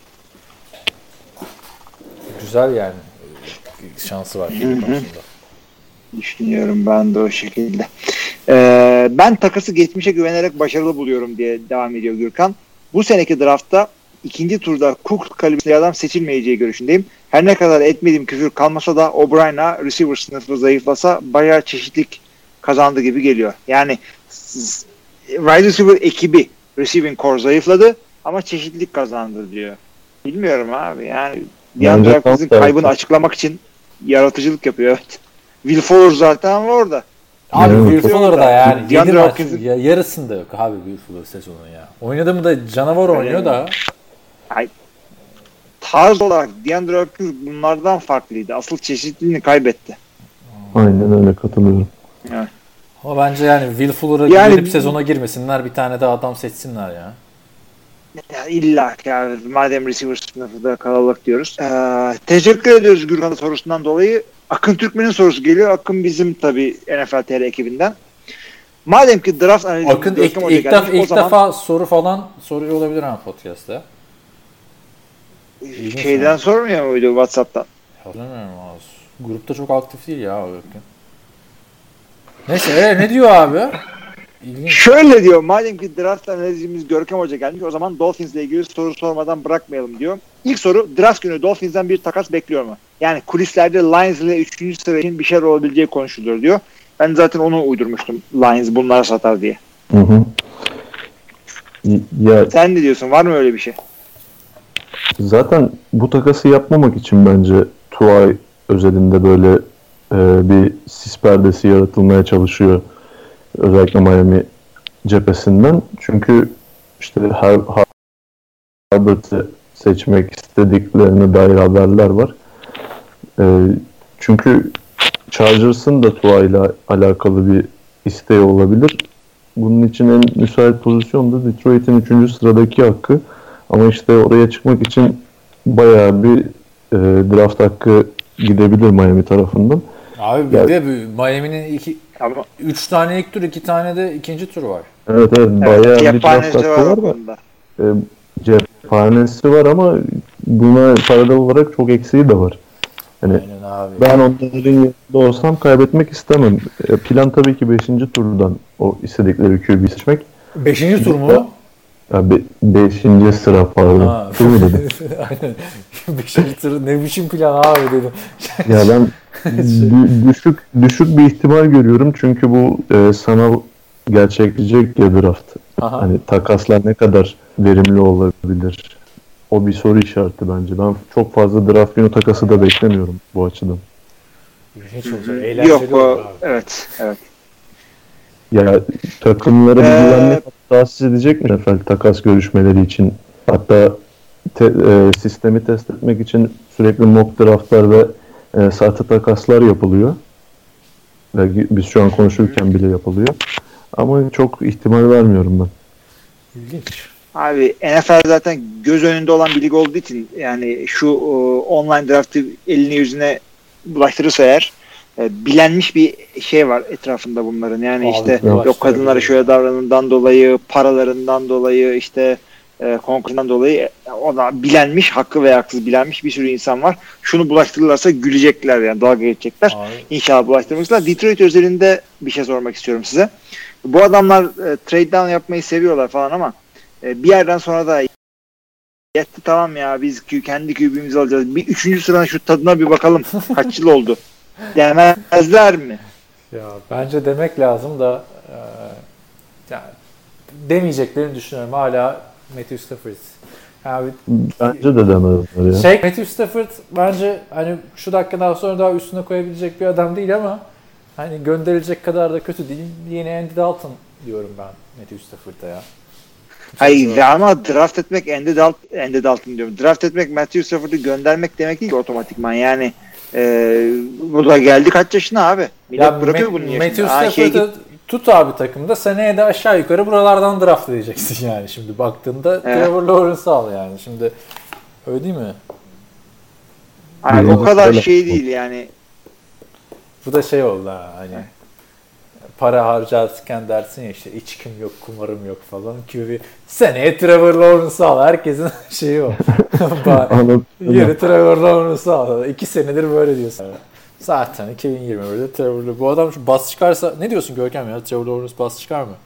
Güzel yani. Şansı var.
Düşünüyorum ben de o şekilde. Ee, ben takası geçmişe güvenerek başarılı buluyorum diye devam ediyor Gürkan. Bu seneki draftta ikinci turda Cook kalibreli adam seçilmeyeceği görüşündeyim. Her ne kadar etmediğim küfür kalmasa da O'Brien'a receiver sınıfı zayıflasa bayağı çeşitlilik kazandı gibi geliyor. Yani wide receiver ekibi receiving core zayıfladı ama çeşitlilik kazandı diyor. Bilmiyorum abi yani DeAndre Hopkins'in kaybını açıklamak için yaratıcılık yapıyor evet. Will Fuller zaten var orada.
Abi yani, Will Fuller da yani yedi maç ya, yarısında yok abi Will Fuller sezonun ya. Oynadı mı da canavar oynuyor yani, da.
Ay, tarz olarak DeAndre Hopkins bunlardan farklıydı. Asıl çeşitliliğini kaybetti.
Aynen öyle katılıyorum.
Evet.
Ama bence yani Will Fuller'a yani, gidip sezona girmesinler. Bir tane de adam seçsinler ya.
Ya illa ki abi. Madem receiver sınıfında kalabalık diyoruz. Ee, teşekkür ediyoruz Gürkan'ın sorusundan dolayı. Akın Türkmen'in sorusu geliyor. Akın bizim tabii N F L T R ekibinden. Madem ki draft analizi...
Akın ilk, ilk, def, ilk zaman, defa soru falan soruyor olabilir ha podcast'ta.
İlginç şeyden mi? Sormuyor muydu WhatsApp'tan?
Hatırlamıyorum abi. Grupta çok aktif değil ya Akın. Neyse ee, ne diyor abi? İlginç.
Şöyle diyor. Madem ki draft analizimiz Görkem Hoca gelmiş o zaman Dolphins'le ilgili soru sormadan bırakmayalım diyor. İlk soru draft günü Dolphins'den bir takas bekliyor mu? Yani kulislerde Lions ile üçüncü sıra için bir şeyler olabileceği konuşuluyor diyor. Ben zaten onu uydurmuştum. Lions bunlara satar diye.
Hı hı.
Ya, sen ne diyorsun? Var mı öyle bir şey?
zaten bu takası yapmamak için bence Tuay özelinde böyle e, bir sis perdesi yaratılmaya çalışıyor. Özellikle Miami cephesinden. Çünkü işte Her Herbert'i seçmek istediklerine dair haberler var. E, çünkü Chargers'ın da Tuay'la alakalı bir isteği olabilir. Bunun için en müsait pozisyon da Detroit'in üçüncü sıradaki hakkı. Ama işte oraya çıkmak için bayağı bir e, draft hakkı gidebilir Miami tarafından.
Abi bir
yani,
de Miami'nin iki,
ama,
üç tane ilk tur, iki tane de ikinci tur var.
Evet evet bayağı
evet,
bir draft hakkı var da. E, cephanesi var ama buna paralel olarak çok eksiği de var. Yani ben onların yerinde olsam kaybetmek istemem. E, plan tabii ki beşinci turdan o istedikleri Q B seçmek.
beşinci tur mu?
Ya be, beşinci sıra pardon. Tur mu dedim?
Aynen. beşinci tur ne biçim plan abi dedim.
Ya ben d- düşük düşük bir ihtimal görüyorum çünkü bu e, sanal gerçekleşecek ya draft.
Aha.
Hani takaslar ne kadar verimli olabilir? O bir soru işareti bence. Ben çok fazla draft günü takası da beklemiyorum bu açıdan.
Hiç olacak. Eğlenceli
Yok o,
olur abi.
evet, evet.
Ya takımlara bir
Ee,
güvenlik tahsis edecek mi N F L takas görüşmeleri için? Hatta te, e, sistemi test etmek için sürekli mock draftlar ve e, sahte takaslar yapılıyor. Belki biz şu an konuşurken bile yapılıyor. Ama çok ihtimal vermiyorum ben.
İlginç.
Abi N F L zaten göz önünde olan bir lig olduğu için yani şu o, online draftı eline yüzüne bulaştırırsa eğer e, bilenmiş bir şey var etrafında bunların. Yani
Abi,
işte
evet.
yok kadınlara şöyle davranından dolayı, paralarından dolayı, işte e, konkurundan dolayı e, o da bilenmiş, hakkı veya haksız bilenmiş bir sürü insan var. Şunu bulaştırırlarsa gülecekler yani dalga geçecekler.
Abi.
İnşallah bulaştırmışlar. Detroit özelinde bir şey sormak istiyorum size. Bu adamlar e, trade down yapmayı seviyorlar falan ama bir yerden sonra da yetti tamam ya biz kendi Q B'mizi alacağız. Bir üçüncü sıranın şu tadına bir bakalım. Kaç yıl oldu? Demezler mi?
Ya bence demek lazım da e, yani demeyeceklerini düşünüyorum. Hala Matthew Stafford. Yani
Bence de demezler ya.
Şey, Matthew Stafford bence hani şu dakikadan sonra daha üstüne koyabilecek bir adam değil ama hani gönderilecek kadar da kötü değil. Yine Andy Dalton diyorum ben Matthew Stafford'a ya.
Hayır ama draft etmek Andy Dalton, Andy Dalton diyorum. Draft etmek Matthew Stafford'u göndermek demek değil ki otomatikman. Yani e, bu da geldi kaç yaşına abi? Millet
ya
bırakıyor
Ma-
bunun yaşını.
Matthew
Aa,
Stafford'u
şey
tut abi takımda. Seneye de aşağı yukarı buralardan draft edeceksin yani. Şimdi baktığında evet. Trevor Lawrence al yani. Şimdi öyle değil mi?
Abi, o kadar şey değil yani.
Bu da şey oldu ha hani. Evet. Para harcarken dersin ya işte içkim yok, kumarım yok falan. Q B seneye Trevor Lawrence'ı al. Herkesin şeyi o. Yeni Trevor Lawrence'ı al. İki senedir böyle diyorsun. Zaten iki bin yirmi birde Trevor Lawrence. Bu adam şu bas çıkarsa ne diyorsun Görkem ya? Trevor Lawrence bas çıkar mı?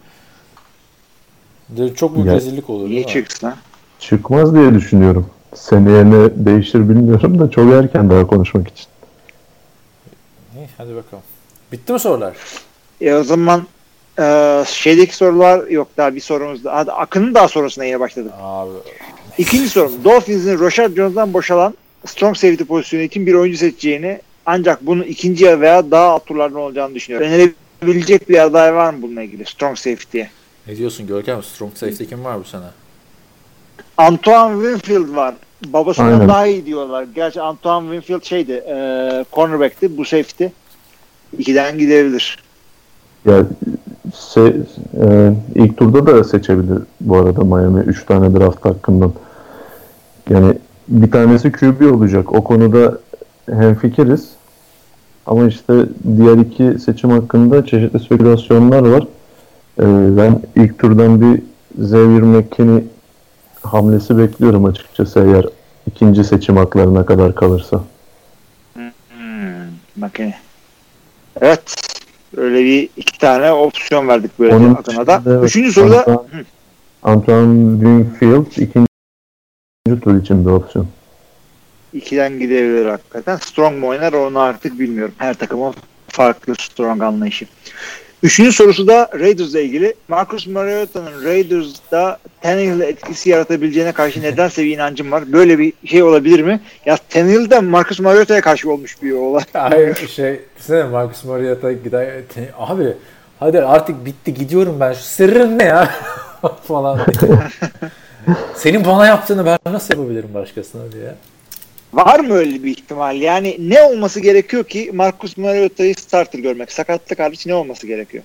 Çok büyük rezillik olur.
Niye çıksın?
Çıkmaz diye düşünüyorum. Seneye ne değişir bilmiyorum da çok erken daha konuşmak için.
İyi hadi bakalım. Bitti mi sorular?
E o zaman e, şeydeki sorular yok daha bir sorumuz daha. Hadi Akın'ın daha sorusuna yine başladık.
Abi.
İkinci sorum. Dolphins'in Rashard Jones'dan boşalan strong safety pozisyonu için bir oyuncu seçeceğini ancak bunun ikinci veya daha alt turlardan olacağını düşünüyorum. Önerebilecek bir aday var mı bununla ilgili? Strong safety'ye.
Ne diyorsun Görkem? Strong safety kim var bu sene?
Antoine Winfield var. Babasından
Aynen.
daha iyi diyorlar. Gerçi Antoine Winfield şeydi e, cornerback'ti. Bu safety. İkiden gidebilir.
Ya se, e, ilk turda da seçebilir bu arada Miami üç tane draft hakkından. Yani bir tanesi Q B olacak. O konuda hemfikiriz. Ama işte diğer iki seçim hakkında çeşitli spekülasyonlar var. E, ben ilk turdan bir Xavier McKinney hamlesi bekliyorum açıkçası eğer ikinci seçim haklarına kadar kalırsa.
Hmm, McKinney. Evet. Öyle bir iki tane opsiyon verdik böyle adına da. Evet, Üçüncü soruda
Antoine, Antoine Winfield ikinci tur için bir opsiyon.
İkiden gidebilir hakikaten. Strong mu oynar onu artık bilmiyorum. Her takımın farklı strong anlayışı. Üçüncü sorusu da Raiders'la ilgili. Marcus Mariota'nın Raiders'da Tannehill'e etkisi yaratabileceğine karşı nedense bir inancım var. Böyle bir şey olabilir mi? Ya Tannehill de Marcus Mariota'ya karşı olmuş bir olay.
Hayır şey, düşünsene Marcus Mariota gider. Abi hadi artık bitti gidiyorum ben. Şu sırrın ne ya? falan diye. Senin bana yaptığını ben nasıl yapabilirim başkasına diye.
Var mı öyle bir ihtimal? Yani ne olması gerekiyor ki Marcus Mariota'yı starter görmek? Sakatlık hariç ne olması gerekiyor?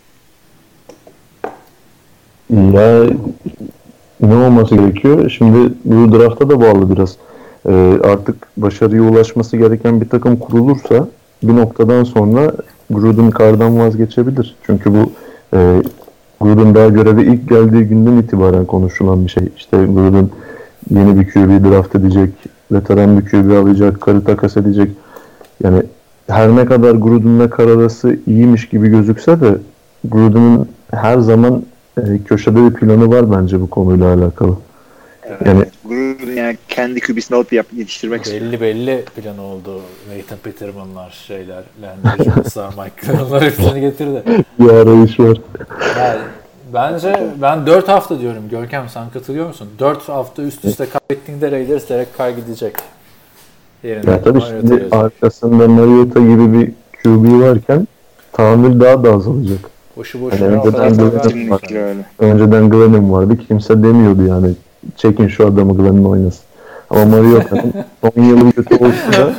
Ya ne olması gerekiyor? Şimdi bu drafta da bağlı biraz. Ee, artık başarıya ulaşması gereken bir takım kurulursa bir noktadan sonra Gruden kardan vazgeçebilir. Çünkü bu e, Gruden daha göreve ilk geldiği günden itibaren konuşulan bir şey. İşte Gruden yeni bir Q B draft edecek, veteran bir Q B alacak, karı takas edecek. Yani her ne kadar Gruden'la kar arası iyiymiş gibi gözükse de Gruden'ın her zaman e, köşede bir planı var bence bu konuyla alakalı.
Evet.
Yani
Gruden yani kendi Q B'sini alıp yap, yetiştirmek istiyor.
Belli belli plan oldu. Nathan Peterman'lar, şeyler, Landry Jones'lar, Mike Clellan'lar hepsini getirdi.
bir arayış var.
Yani bence ben dört hafta diyorum. Görkem sen katılıyor musun? dört hafta üst üste kaybettiğinde Raiders direkt kay gidecek. Yerine
Ya tabii
Mariota
şimdi
yazıyor.
arkasında Mariota gibi bir Q B varken tahammül daha da azalacak.
Boşu boşuna
Yani önceden
affedersin.
Kesinlikle öyle.
Önceden Glennon vardı. Kimse demiyordu yani. Çekin şu adamı Glennon oynasın. Ama Mariota'nın on yılı kötü olsa da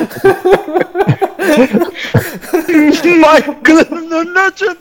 Michael'ın önünü açın.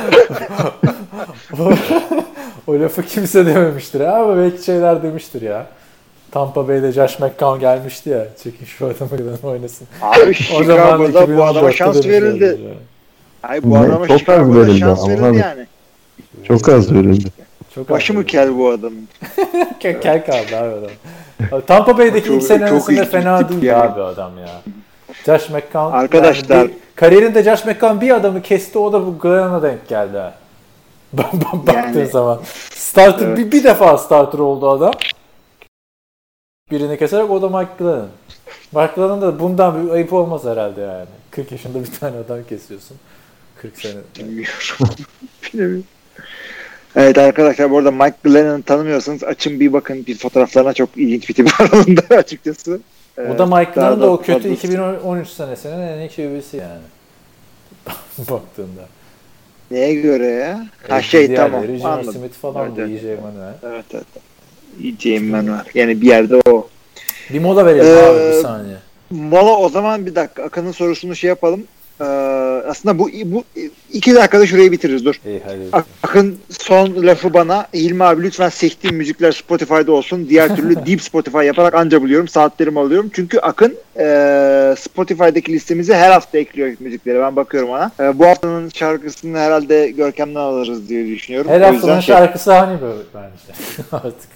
O lafı kimse dememiştir ama belki şeyler demiştir ya. Tampa Bay'de Josh McCown gelmişti ya. Çekin şu adamı Glennon oynasın.
Abi Chicago'da bu adama şans verildi. Hayır bu
Ne?
adama
Çok az
Chicago'da
verildi
şans
ama
verildi
abi.
yani.
çok az verildi.
Çok
Başı mı kel bu adamın?
kel, kel kaldı abi adam. Tampa Bay'deki ilk
Çok-
sene
çok
arasında
iyi
fena
tip
değil
yani.
abi adam ya. Josh McCown
Arkadaşlar-
yani bir, kariyerinde Josh McCown bir adamı kesti, o da bu Glennon'a denk geldi ha. Baktığın
Yani-
zaman. Starter
Evet.
bir, bir defa starter oldu adam. Birini keserek, o da Mike Glennon. Mike Glennon da bundan bir ayıp olmaz herhalde yani. kırk yaşında bir tane adam kesiyorsun. kırk sene.
Bilmiyorum. Bilmiyorum. Evet arkadaşlar, bu arada Mike Glennon'ı tanımıyorsanız açın bir bakın, bir fotoğraflarına çok ilginç bir tip var onun da açıkçası.
O da Mike
Daha
Glennon da o
da-
kötü
daha da-
iki bin on üç senesinin en iyi Q B'si yani. Baktığında.
Neye göre ya? Ha
Evet,
şey
diğerleri,
tamam.
Jimmy
Anladım.
Smith falan
Evet,
da
evet.
E J Manuel.
Evet evet. İyiceyim ben var. Yani bir yerde o.
Bir mola verelim
Ee,
abi bir saniye.
Mola o zaman, bir dakika. Akın'ın sorusunu şey yapalım. Ee, aslında bu bu iki dakikada şurayı bitiririz, dur.
İyi hadi.
Akın son lafı bana. Hilmi abi lütfen seçtiğim müzikler Spotify'da olsun. Diğer türlü Deep Spotify yaparak anca buluyorum. Saatlerimi alıyorum. Çünkü Akın e, Spotify'daki listemize her hafta ekliyor müzikleri. Ben bakıyorum ona. E, bu haftanın şarkısını herhalde Görkem'den alırız diye düşünüyorum.
Her
O
haftanın
yüzden şey-
şarkısı hani böyle bence. Artık.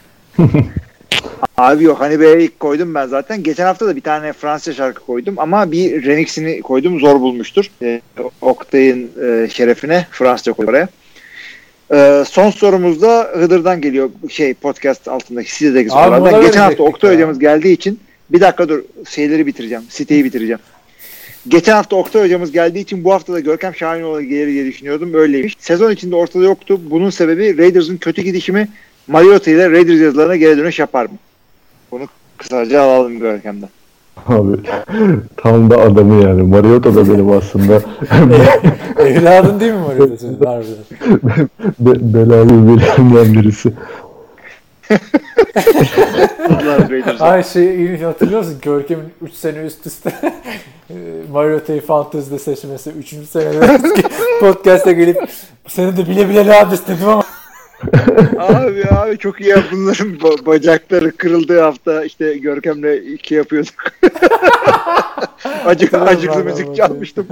Abi yok, hani B'ye ilk koydum ben zaten. Geçen hafta da bir tane Fransızca şarkı koydum ama bir remixini koydum, zor bulmuştur. E, Oktay'ın e, şerefine Fransızca koydum oraya. E, son sorumuz da Hıdır'dan geliyor. Şey, podcast altındaki sitedeki
Abi,
sorulardan.
mola
Geçen hafta
verecektik
Oktay
ya.
hocamız geldiği için bir dakika dur, şeyleri bitireceğim. Siteyi bitireceğim. Geçen hafta Oktay hocamız geldiği için bu hafta da Görkem Şahinoğlu gelir diye düşünüyordum. Öyleymiş. Sezon içinde ortada yoktu. Bunun sebebi Raiders'ın kötü gidişimi. Mariota ile Raiders yazılarına geri dönüş yapar mı? Bunu kısaca alalım Görkem'den.
Abi tam da adamı yani. Mariota da benim aslında
Evladın değil mi Mariota senin? Harbiden.
be- belalı birilerinden birisi.
Ay şey, hatırlıyor musun? Görkem'in üç sene üst üste Mariota'yı fantezide seçmesi. üçüncü senede podcast'a gelip bu sene de bile bile rahat istedim ama
Abi abi çok iyi ya, bunların ba- bacakları kırıldığı hafta işte Görkem'le iki yapıyorduk. Acık, acıklı müzik çalmıştım.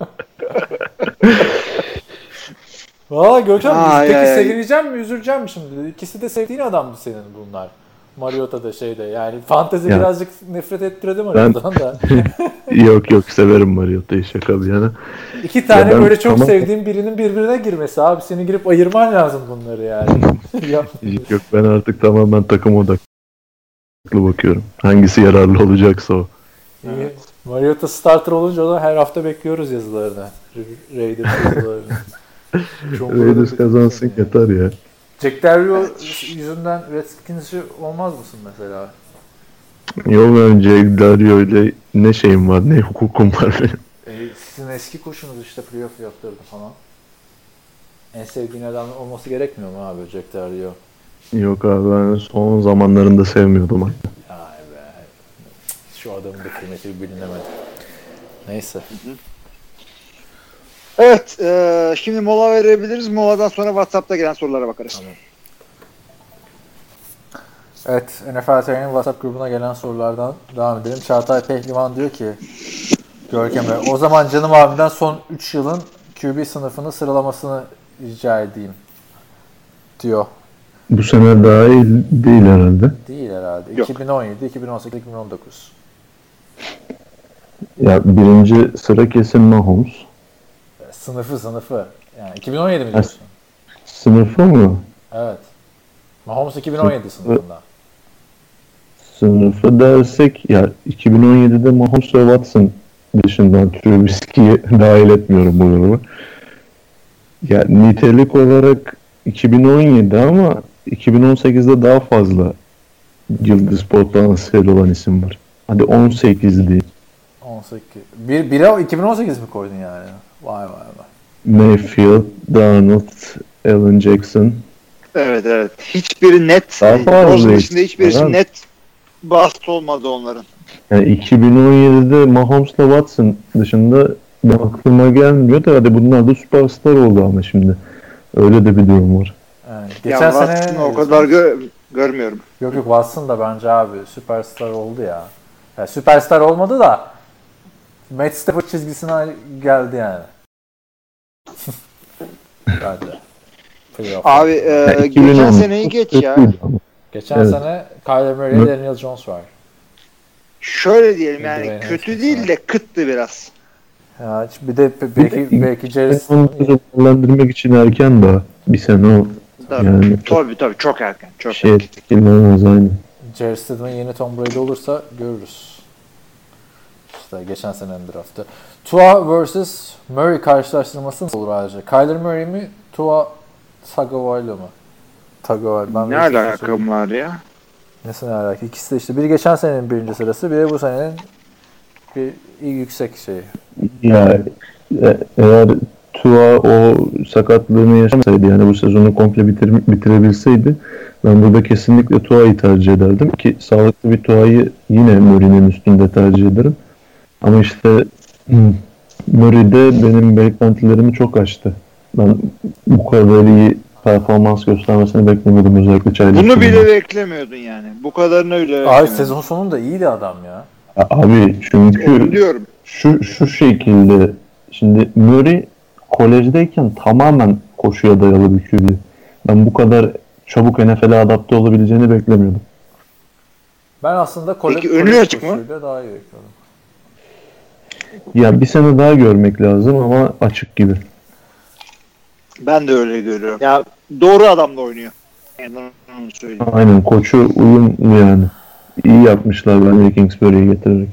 Valla Görkem,
Ay,
peki
ay, ay.
sevineceğim mi üzüleceğim mi şimdi? İkisi de sevdiğin adamdı senin bunlar. Mariota da şeyde yani fantezi
Ya.
birazcık nefret ettirdi Mariota'dan da.
Yok yok severim Mariota'yı, şaka bir yana.
İki tane
ben
böyle çok
tamam-
sevdiğin birinin birbirine girmesi abi. Senin girip ayırman lazım bunları yani. Ya,
Yok ben artık tamamen takım odaklı bakıyorum. Hangisi yararlı olacaksa o.
iyi. Mariota starter olunca da her hafta bekliyoruz yazılarını. Ra- Raiders yazılarını.
Raiders kazansın yeter ya.
Jack Del Rio yüzünden Redskins'i olmaz mısın mesela?
Yok önce Dario ile ne şeyim var, ne hukukum var benim.
E, sizin eski koşunuz işte playoff yaptırdı falan. En sevdiğin adam olması gerekmiyor mu abi Jack Del Rio?
Yok abi ben son zamanlarında sevmiyordum hatta.
Ay be. Şu adamın da kıymeti bilinemedi. Neyse. Hı hı.
Evet. E, şimdi mola verebiliriz. Moladan sonra WhatsApp'ta gelen sorulara bakarız.
Tamam. Evet. N F L T R'nin WhatsApp grubuna gelen sorulardan devam edelim. Çağatay Pehlivan diyor ki Görkem'e o zaman canım abimden son üç yılın Q B sınıfını sıralamasını rica edeyim diyor.
Bu sene daha iyi değil herhalde.
Değil herhalde.
Yok.
iki bin on yedi, iki bin on sekiz, iki bin on dokuz.
Ya birinci sıra kesin Mahomes.
Sınıfı sınıfı. Yani iki bin on yedi mi diyorsun?
Sınıfı mı?
Evet. Mahomes iki bin on yedi sınıfında.
Sınıfı dersek ya iki bin on yedide Mahomes ve Watson dışından Trubisky'yi dahil etmiyorum bu grubu. Ya nitelik olarak iki bin on yedi ama iki bin on sekizde daha fazla yıldız potansiyeli olan isim var. Hadi on sekiz değil.
on sekiz. Bir, bire iki bin on sekiz mi koydun yani? Vay vay vay.
Mayfield,
Donald, Allen Jackson.
Evet evet. Hiçbiri net. Onun dışında hiçbirisi evet. net bast olmadı onların.
Yani iki bin on yedide Mahomes'la Watson dışında aklıma gelmiyor da hadi bunlar da süperstar oldu ama şimdi. Öyle de bir durum var.
Evet. Geçen ya sene
Watson'ı o kadar gö- görmüyorum.
Yok yok Watson da bence abi süperstar oldu ya. Yani süperstar olmadı da Matt Stafford çizgisine geldi yani. Bence.
Abi e, geçen seneyi geç ya.
Geçen evet. sene Kyler Murray, Daniel Jones var.
Şöyle diyelim yani Dwayne kötü değil de kıttı biraz.
Ya bir de belki belki Jerry
Stidham'ı için erken daha bir sene o.
Tabii yani, tabii, tabii çok erken. Çok
şey
erken.
etkilmez aynı.
Jerry Stidham'ın yeni Tom Brady olursa görürüz. İşte geçen senenin draftı. Tua versus Murray karşılaştırması nasıl olur ayrıca? Kyler Murray mi? Tua Tagovailoa mı? Tagovailoa.
Ne alakam var ya?
Nasıl ne alaka? İkisi de işte biri geçen senenin birinci sırası, biri bu senenin bir yüksek şeyi.
Yani eğer Tua o sakatlığını yaşamasaydı yani bu sezonu komple bitir, bitirebilseydi ben burada kesinlikle Tua'yı tercih ederdim ki sağlıklı bir Tua'yı yine Murray'nin üstünde tercih ederim. Ama işte Murray'de benim beklentilerimi çok aştı. Ben bu kadar iyi performans göstermesini beklemiyordum özellikle çaylak.
Bunu bile beklemiyordun yani. Bu kadarını öyle beklemiyordun.
Abi sezon sonunda iyiydi adam ya.
Abi çünkü
diyorum.
şu şu şekilde şimdi Murray kolejdeyken tamamen koşuya dayalı bir Q B. Ben bu kadar çabuk N F L'e adapte olabileceğini beklemiyordum.
Ben aslında kolej
Peki önü açık mı?
Daha iyi bekliyordum.
Ya bir sene daha görmek lazım ama açık gibi.
Ben de öyle görüyorum. Ya doğru adamla oynuyor. Yani onu söyleyeyim.
Aynen koçu uyumlu yani. İyi yapmışlar bence Kingsbury'yi getirerek.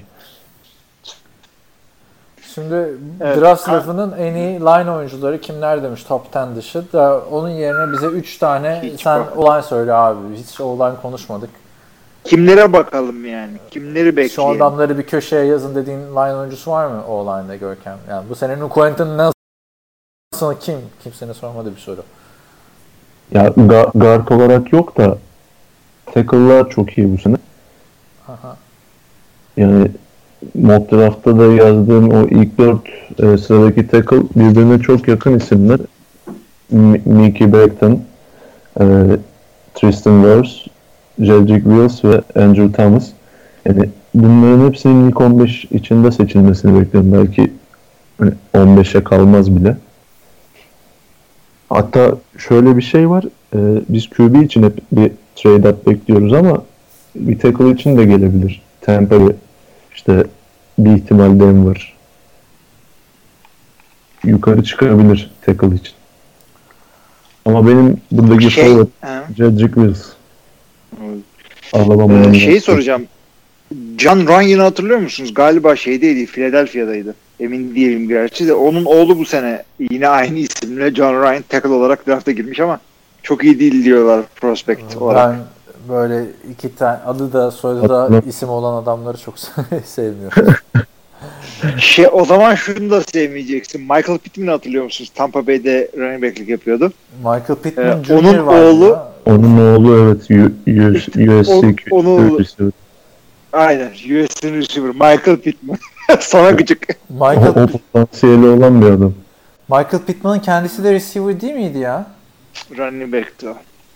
Şimdi evet. Draft sınıfının en iyi line oyuncuları kimler demiş top on dışı da onun yerine bize üç tane hiç sen o-line söyle abi. Hiç o-line konuşmadık.
Kimlere bakalım yani? Kimleri bekleyelim?
Şu adamları bir köşeye yazın dediğin line oyuncusu var mı o-line'da Görkem? Yani bu senenin Quentin Nelson kim? Kimsenin sormadığı bir soru.
Ya guard olarak yok da tackle'lar çok iyi bu sene.
Aha.
Yani mock draft'ta da yazdığım o ilk dört e, sıradaki tackle birbirine çok yakın isimler. M- Mickey Beckton, e, Tristan Wirfs, Jedrick Wills ve Andrew Thomas. Yani bunların hepsinin ilk on beş içinde seçilmesini bekliyorum. Belki hani on beşe kalmaz bile. Hatta şöyle bir şey var. E, biz Q B için hep bir trade-up bekliyoruz ama bir tackle için de gelebilir. Temporary işte bir ihtimal Denver yukarı çıkabilir tackle için. Ama benim buradaki
şey,
forward Jedrick Wills.
Ee, şeyi soracağım. John Runyan'ı hatırlıyor musunuz? Galiba şeydeydi, Philadelphia'daydı. Emin değilim gerçi de. Onun oğlu bu sene yine aynı isimle John Ryan tackle olarak drafta girmiş ama çok iyi değil diyorlar prospect olarak.
Ben böyle iki tane adı da soyadı da isim olan adamları çok sevmiyorum.
Şey, o zaman şunu da sevmeyeceksin. Michael Pittman'ı hatırlıyor musunuz? Tampa Bay'de running back'lik yapıyordu.
Michael Pittman
ee,
Junior
onun oğlu
ya.
Onun oğlu evet U S C
onu, aynen U S C receiver Michael Pittman. Sana gıcık.
Michael
o, o potansiyeli olan bir adam.
Michael Pittman'ın kendisi de receiver değil miydi ya?
Running back'ti o.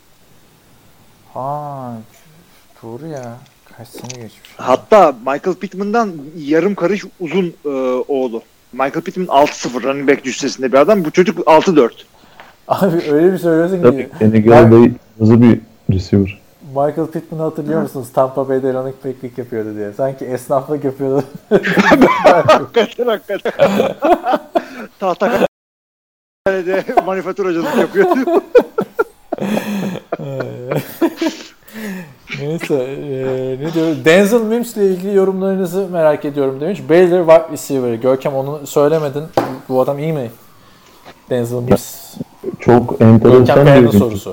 Ha, doğru ya. Kaç sene geçmiş.
Hatta Michael Pittman'dan yarım karış uzun e, oğlu. Michael Pittman altı sıfır running back cüssesinde bir adam. Bu çocuk altı dört.
Abi öyle bir söylüyorsun
Tabii
ki.
N G L Bey hızlı bir receiver.
Michael Pittman'ı hatırlıyor musunuz? Tampa Bay'de running back'lik yapıyordu diye. Sanki esnaflık yapıyordu.
Hakikaten hakikaten. Tahtakale'de manifaturacılık yapıyordu.
Neyse. E, ne diyor? Denzel Mims ile ilgili yorumlarınızı merak ediyorum demiş. Baylor wide receiver. Görkem onu söylemedin. Bu adam iyi mi? Denzel Mims.
Çok enteresan bir
sorusu.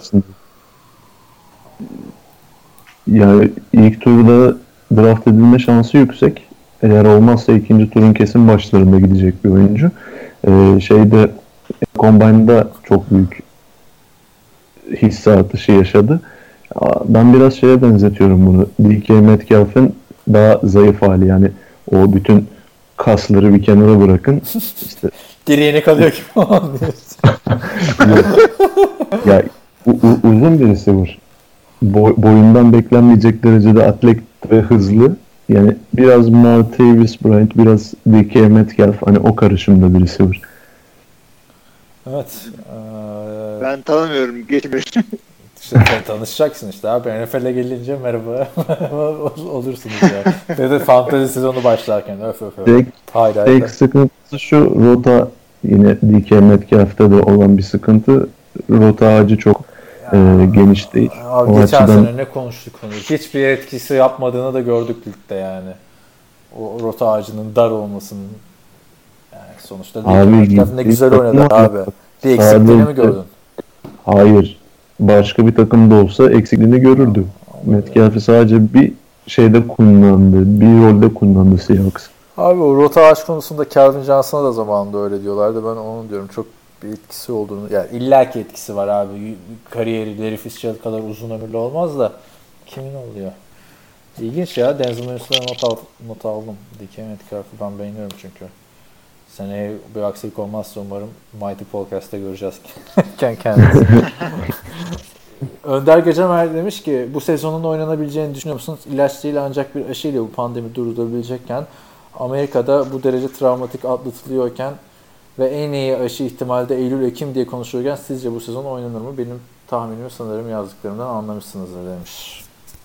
Yani ilk turda draft edilme şansı yüksek. Eğer olmazsa ikinci turun kesin başlarında gidecek bir oyuncu. Ee, şeyde Combine'da çok büyük hisse atışı yaşadı. Ben biraz şeye benzetiyorum bunu. D K Metcalf'ın daha zayıf hali. Yani o bütün kasları bir kenara bırakın. İşte
direğine kalıyor gibi anlıyorsun.
Ya u- u- uzun birisi var. Boy, boyundan beklenmeyecek derecede atlet ve hızlı. Yani biraz Martavis Bryant, biraz D K Metcalf, hani o karışımda birisi var.
Evet. Ee...
Ben tanımıyorum. Geçmiyorum.
İşte tanışacaksın işte abi. N F L'e gelince merhaba olursunuz ya. Ve de fantezi sezonu başlarken öf öf öf.
Tek,
hayır, hayır.
tek sıkıntısı şu, rota yine D K Metcalf'te de olan bir sıkıntı. Rota ağacı çok e, geniş değil.
Abi
o
geçen
açıdan...
sene ne konuştuk onu. Hiçbir etkisi yapmadığını da gördük ligde yani. O rota ağacının dar olmasının. Yani sonuçta D K Metcalf ne güzel oynadı abi. Bir eksikliğini mi gördün?
Hayır. Başka bir takımda olsa eksikliğini görürdü. Metcalf'i sadece bir şeyde kullandı. Bir rolde kullandı Seahawks.
Abi o rota ağaç konusunda Calvin Johnson'a da zamanında öyle diyorlardı. Ben onu diyorum. Çok bir etkisi olduğunu. Yani illaki etkisi var abi. Kariyeri Larry Fitzgerald kadar uzun ömürlü olmaz da kimin oluyor? İlginç ya. Denzel Mimis'le not, al, not aldım. D K Metcalf'ı ben beğeniyorum çünkü. Seneye bir aksilik olmazsa umarım Mighty Podcast'ta göreceğiz kendisi. Önder Gecemer demiş ki bu sezonun oynanabileceğini düşünüyor musunuz? İlaç değil ancak bir aşıyla bu pandemi durdurulabilecekken Amerika'da bu derece travmatik atlatılıyorken ve en iyi aşı ihtimalde Eylül-Ekim diye konuşuyorken sizce bu sezon oynanır mı? Benim tahminim sanırım yazdıklarımdan anlamışsınızdır demiş.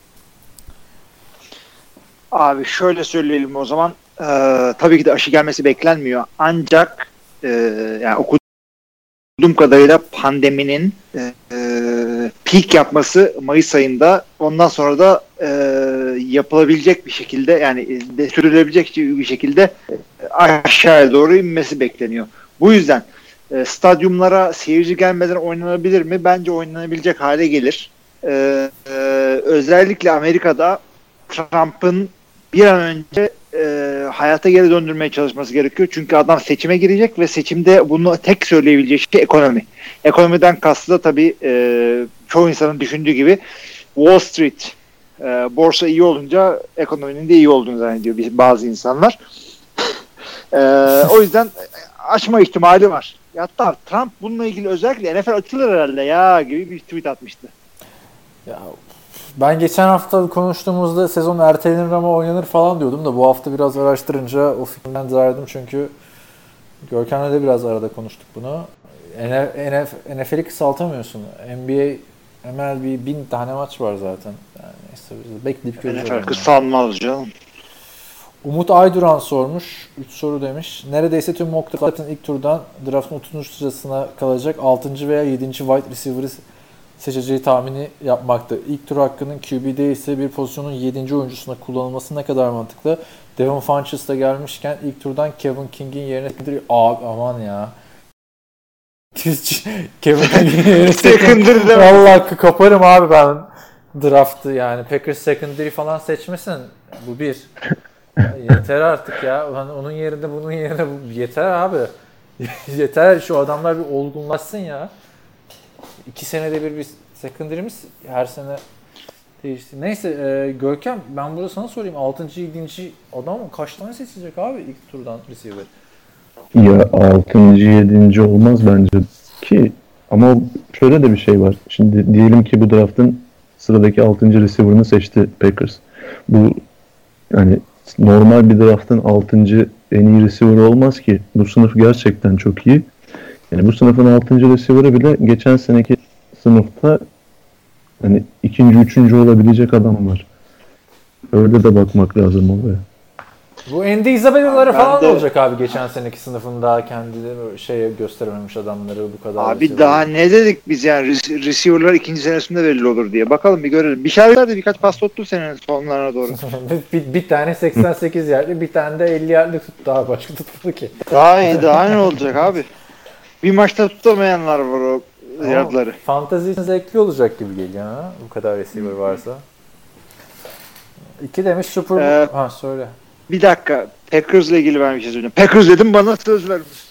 Abi şöyle söyleyelim o zaman. Ee, tabii ki de aşı gelmesi beklenmiyor. Ancak e, yani okuduğum kadarıyla pandeminin e, e, peak yapması Mayıs ayında, ondan sonra da e, yapılabilecek bir şekilde, yani de, sürülebilecek bir şekilde aşağıya doğru inmesi bekleniyor. Bu yüzden e, stadyumlara seyirci gelmeden oynanabilir mi? Bence oynanabilecek hale gelir. E, e, özellikle Amerika'da Trump'ın bir an önce e, hayata geri döndürmeye çalışması gerekiyor. Çünkü adam seçime girecek ve seçimde bunu tek söyleyebileceği şey ekonomi. Ekonomiden kastı da tabii e, çoğu insanın düşündüğü gibi Wall Street, e, borsa iyi olunca ekonominin de iyi olduğunu zannediyor bazı insanlar. e, o yüzden açma ihtimali var. Hatta Trump bununla ilgili özellikle N F L açılır herhalde ya gibi bir tweet atmıştı.
Ya ben geçen hafta konuştuğumuzda sezon ertelenir ama oynanır falan diyordum da bu hafta biraz araştırınca o fikrimden zaydım çünkü Görkem'le de biraz arada konuştuk bunu. N F L'i kısaltamıyorsun. N B A, M L B bin tane maç var zaten. Yani neyse biz bekleyip göreceğiz.
N F L kısalmaz canım.
Umut Ayduran sormuş. üç soru demiş. Neredeyse tüm mock draft'ın ilk turdan draft'ın otuzuncu sırasına kalacak altıncı veya yedinci wide receiver'ı seçeceği tahmini yapmakta. İlk tur hakkının Q B'de ise bir pozisyonun yedinci oyuncusuna kullanılması ne kadar mantıklı? Devon Funchess da gelmişken ilk turdan Kevin King'in yerine abi aman ya. Kevin King'in yerine secondary vallahi kaparım abi ben draft'ı yani. Packers secondary falan seçmesin. Bu bir. Yeter artık ya. Onun yerinde bunun yerine bu yeter abi. Yeter şu adamlar bir olgunlaşsın ya. İki senede bir bir secondary'miz her sene değişti. Neyse e, Görkem ben burada sana sorayım. altıncı yedinci adam kaç tane seçecek abi ilk turdan receiver?
Ya altıncı yedinci olmaz bence ki ama şöyle de bir şey var. Şimdi diyelim ki bu draft'ın sıradaki altıncı receiver'ını seçti Packers. Bu yani normal bir draft'ın altıncı en iyi receiver olmaz ki. Bu sınıf gerçekten çok iyi. Yani bu sınıfın altıncı receiver'ı bile geçen seneki sınıfta hani ikinci, üçüncü olabilecek adam var. Öyle de bakmak lazım olaya.
Bu Andy Isabella'ları falan
de...
olacak abi geçen seneki sınıfında kendini şeye gösterememiş adamları bu kadar.
Abi receiver. Daha ne dedik biz yani receiver'lar ikinci senesinde belli olur diye. Bakalım bir görelim. Bir şey verdi birkaç pas tuttu senenin sonlarına doğru.
bir, bir tane seksen sekiz yardlı bir tane de elli yardlı tuttu daha başka tutmadı ki.
Daha iyi daha ne olacak abi? Bir maçta tutamayanlar var o yardları.
Fantezi için zevkli olacak gibi geliyor ha. Bu kadar receiver varsa. İki demiş Super Bowl. Ee, ha söyle.
Bir dakika. Packers'la ilgili ben bir şey söyleyeyim. Packers dedim bana söz vermiş.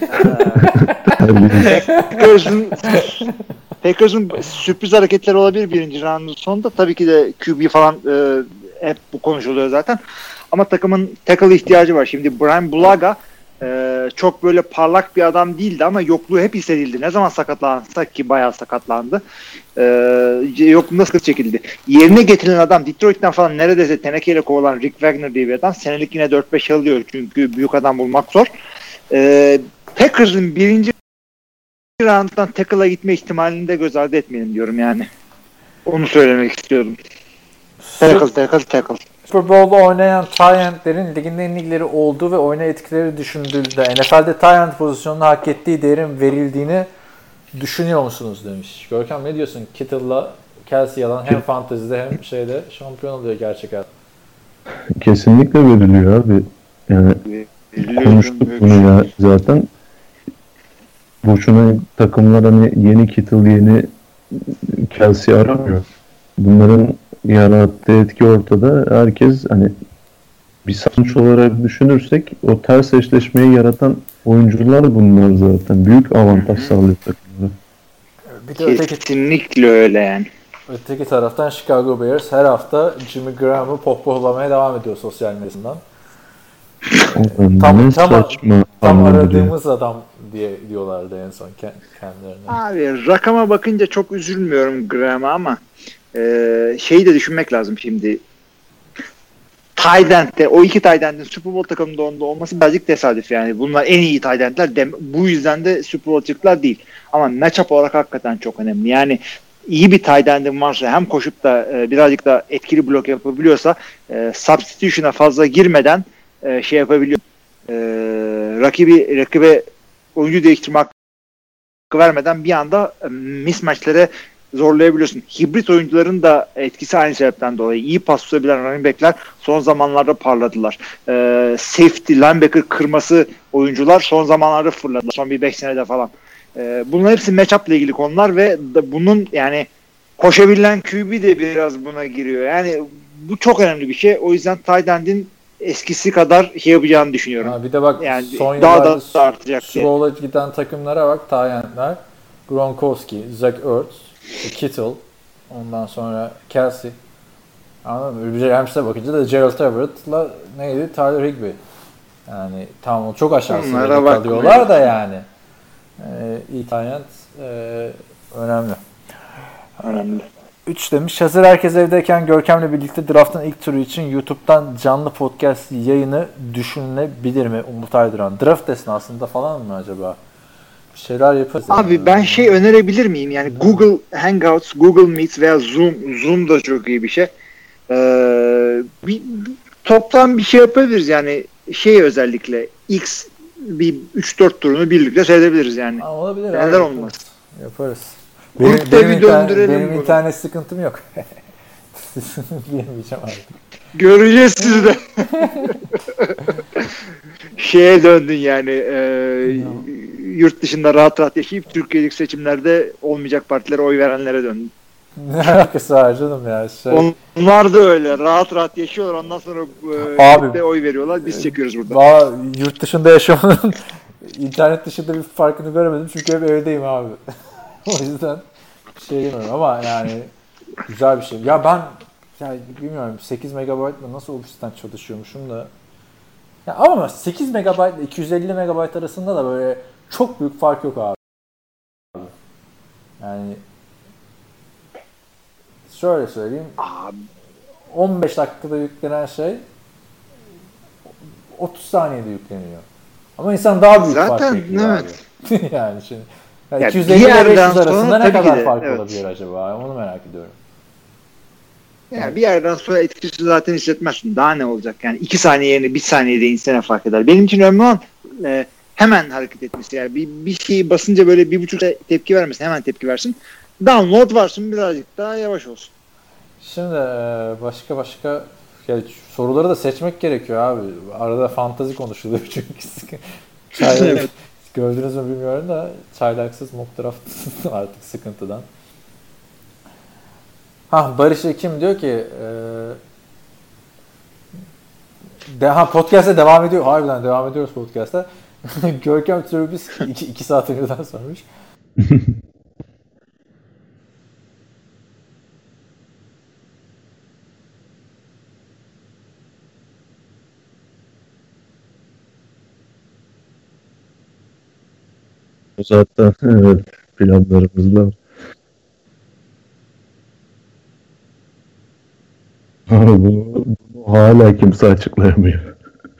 Packers'ın Packers'ın sürpriz hareketleri olabilir birinci round'un sonunda. Tabii ki de Q B falan e, hep bu konuşuluyor zaten. Ama takımın tackle ihtiyacı var. Şimdi Brian Bulaga e, çok böyle parlak bir adam değildi ama yokluğu hep hissedildi. Ne zaman sakatlansa ki bayağı sakatlandı. E, yokluğunda sıkıntı çekildi. Yerine getirilen adam Detroit'ten falan neredeyse tenekeyle kovalan Rick Wagner diye bir adam. Senelik yine dört beş alıyor çünkü büyük adam bulmak zor. E, Packers'ın birinci round'dan tackle'a gitme ihtimalini de göz ardı etmeyelim diyorum yani. Onu söylemek istiyorum. Tackle, tackle, tackle.
Super Bowl'da oynayan tight end'lerin ligin en iyileri olduğu ve oyuna etkileri düşündüğünde N F L'de tight end pozisyonuna hak ettiği değerin verildiğini düşünüyor musunuz demiş. Görkem ne diyorsun? Kittle'la Kelsey yalan hem fantezide hem şeyde şampiyon oluyor gerçek hayat.
Kesinlikle veriliyor abi. Yani konuştuk bunu ya zaten. Boşuna takımlar hani yeni Kittle, yeni Kelsey aramıyor. Bunların yarattığı etki ortada. Herkes hani bir sonuç olarak düşünürsek o ters eşleşmeyi yaratan oyuncular bunlar zaten. Büyük avantaj sağlıyor takımlara.
Bir de öteki, kesinlikle öyle yani.
Öteki taraftan Chicago Bears her hafta Jimmy Graham'ı pohpohlamaya devam ediyor sosyal medyadan. tam tam, saçma tam aradığımız diye. Adam diye diyorlardı en son kendilerine.
Abi rakama bakınca çok üzülmüyorum Graham'a ama e, şeyi de düşünmek lazım şimdi. Tight end'de, o iki tight end'in Super Bowl takımında onda olması birazcık tesadüf yani. Bunlar en iyi tight end'ler. Dem- bu yüzden de Super Bowl çıktılar değil. Ama matchup olarak hakikaten çok önemli. Yani iyi bir tight end'in varsa hem koşup da e, birazcık da etkili blok yapabiliyorsa e, substitution'a fazla girmeden e, şey yapabiliyor. E, rakibi rakibe oyuncu değiştirme hakkı vermeden bir anda e, mismatch'lere zorlayabiliyorsun. Hibrit oyuncuların da etkisi aynı sebepten dolayı. İyi pas tutabilen running back'ler son zamanlarda parladılar. Ee, safety, linebacker kırması oyuncular son zamanlarda fırladılar. Son bir beş senede falan. Ee, bunların hepsi matchup ile ilgili konular ve bunun yani koşabilen Q B de biraz buna giriyor. Yani bu çok önemli bir şey. O yüzden tight end'in eskisi kadar şey yapacağını düşünüyorum.
Ha, bir de bak
yani
son
daha da, da artacak.
Super Bowl'a giden takımlara bak tight end'ler. Gronkowski, Zach Ertz, Kittle, ondan sonra Kelsey. Anladın mı? Öbür Rams'e bakınca da Gerald Everett'la neydi? Tyler Higbee. Yani tamam çok aşağısında kalıyorlar da yani. Ee, iyi tight end e, önemli.
Önemli.
üç demiş. Hazır herkes evdeyken Görkem'le birlikte draft'ın ilk turu için YouTube'dan canlı podcast yayını düşünülebilir mi? Umut Aydıran. Draft esnasında falan mı acaba? Bir şeyler yaparız.
Abi yani. Ben şey önerebilir miyim? Yani hmm. Google Hangouts, Google Meet veya Zoom. Zoom da çok iyi bir şey. Ee, bir, bir, toplam bir şey yapabiliriz yani. Şey özellikle X bir üç dört turunu birlikte seyredebiliriz yani.
Ha, olabilir.
Neden olmaz?
Yaparız. Benim, benim,
bir
internet,
döndürelim
benim
bunu.
internet sıkıntım yok. Diyemeyeceğim artık.
Göreceğiz sizi de. Şeye döndün yani e, yurt dışında rahat rahat yaşayıp Türkiye'deki seçimlerde olmayacak partilere oy verenlere döndün.
Ne alakası var canım ya. Şey...
Onlar da öyle. Rahat rahat yaşıyorlar. Ondan sonra e,
Abi,
oy veriyorlar. Biz çekiyoruz burada.
Daha yurt dışında yaşamanın internet dışında bir farkını göremedim. Çünkü hep evdeyim abi. O yüzden şey demiyorum ama yani güzel bir şey. Ya ben ya bilmiyorum sekiz megabaytla nasıl ofisten çalışıyormuşum da. Ya ama sekiz megabayt ile iki yüz elli megabayt arasında da böyle çok büyük fark yok abi. Yani şöyle söyleyeyim.
Abi.
on beş dakikada yüklenen şey otuz saniyede yükleniyor. Ama insan daha büyük
Zaten,
fark bekliyor
evet.
abi. yani şimdi yani
Ya
iki yüz elli ile beş yüz arasında ne kadar
de,
fark
evet.
olabilir acaba? Onu merak ediyorum.
Yani bir yerden sonra etkisi zaten hissetmezsin. Daha ne olacak? Yani iki saniye yerine bir saniyede insene fark eder. Benim için önemli olan e, hemen hareket etmesi. Yani bir, bir şeyi basınca böyle bir buçuk tepki vermesin. Hemen tepki versin. Download varsın birazcık daha yavaş olsun.
Şimdi başka başka yani soruları da seçmek gerekiyor abi. Arada fantazi konuşuluyor çünkü. Çaylak, gördünüz mü bilmiyorum da çaylaksız mock draft artık sıkıntıdan. Ha Barış Ekim diyor ki e, de, ha podcast'e devam ediyor. Harbiden devam ediyoruz podcast'ta. Görkem Trubisky iki, iki saat önceden sormuş.
Zaten evet planlarımızda var. Bunu, bunu hala kimse açıklayamıyor.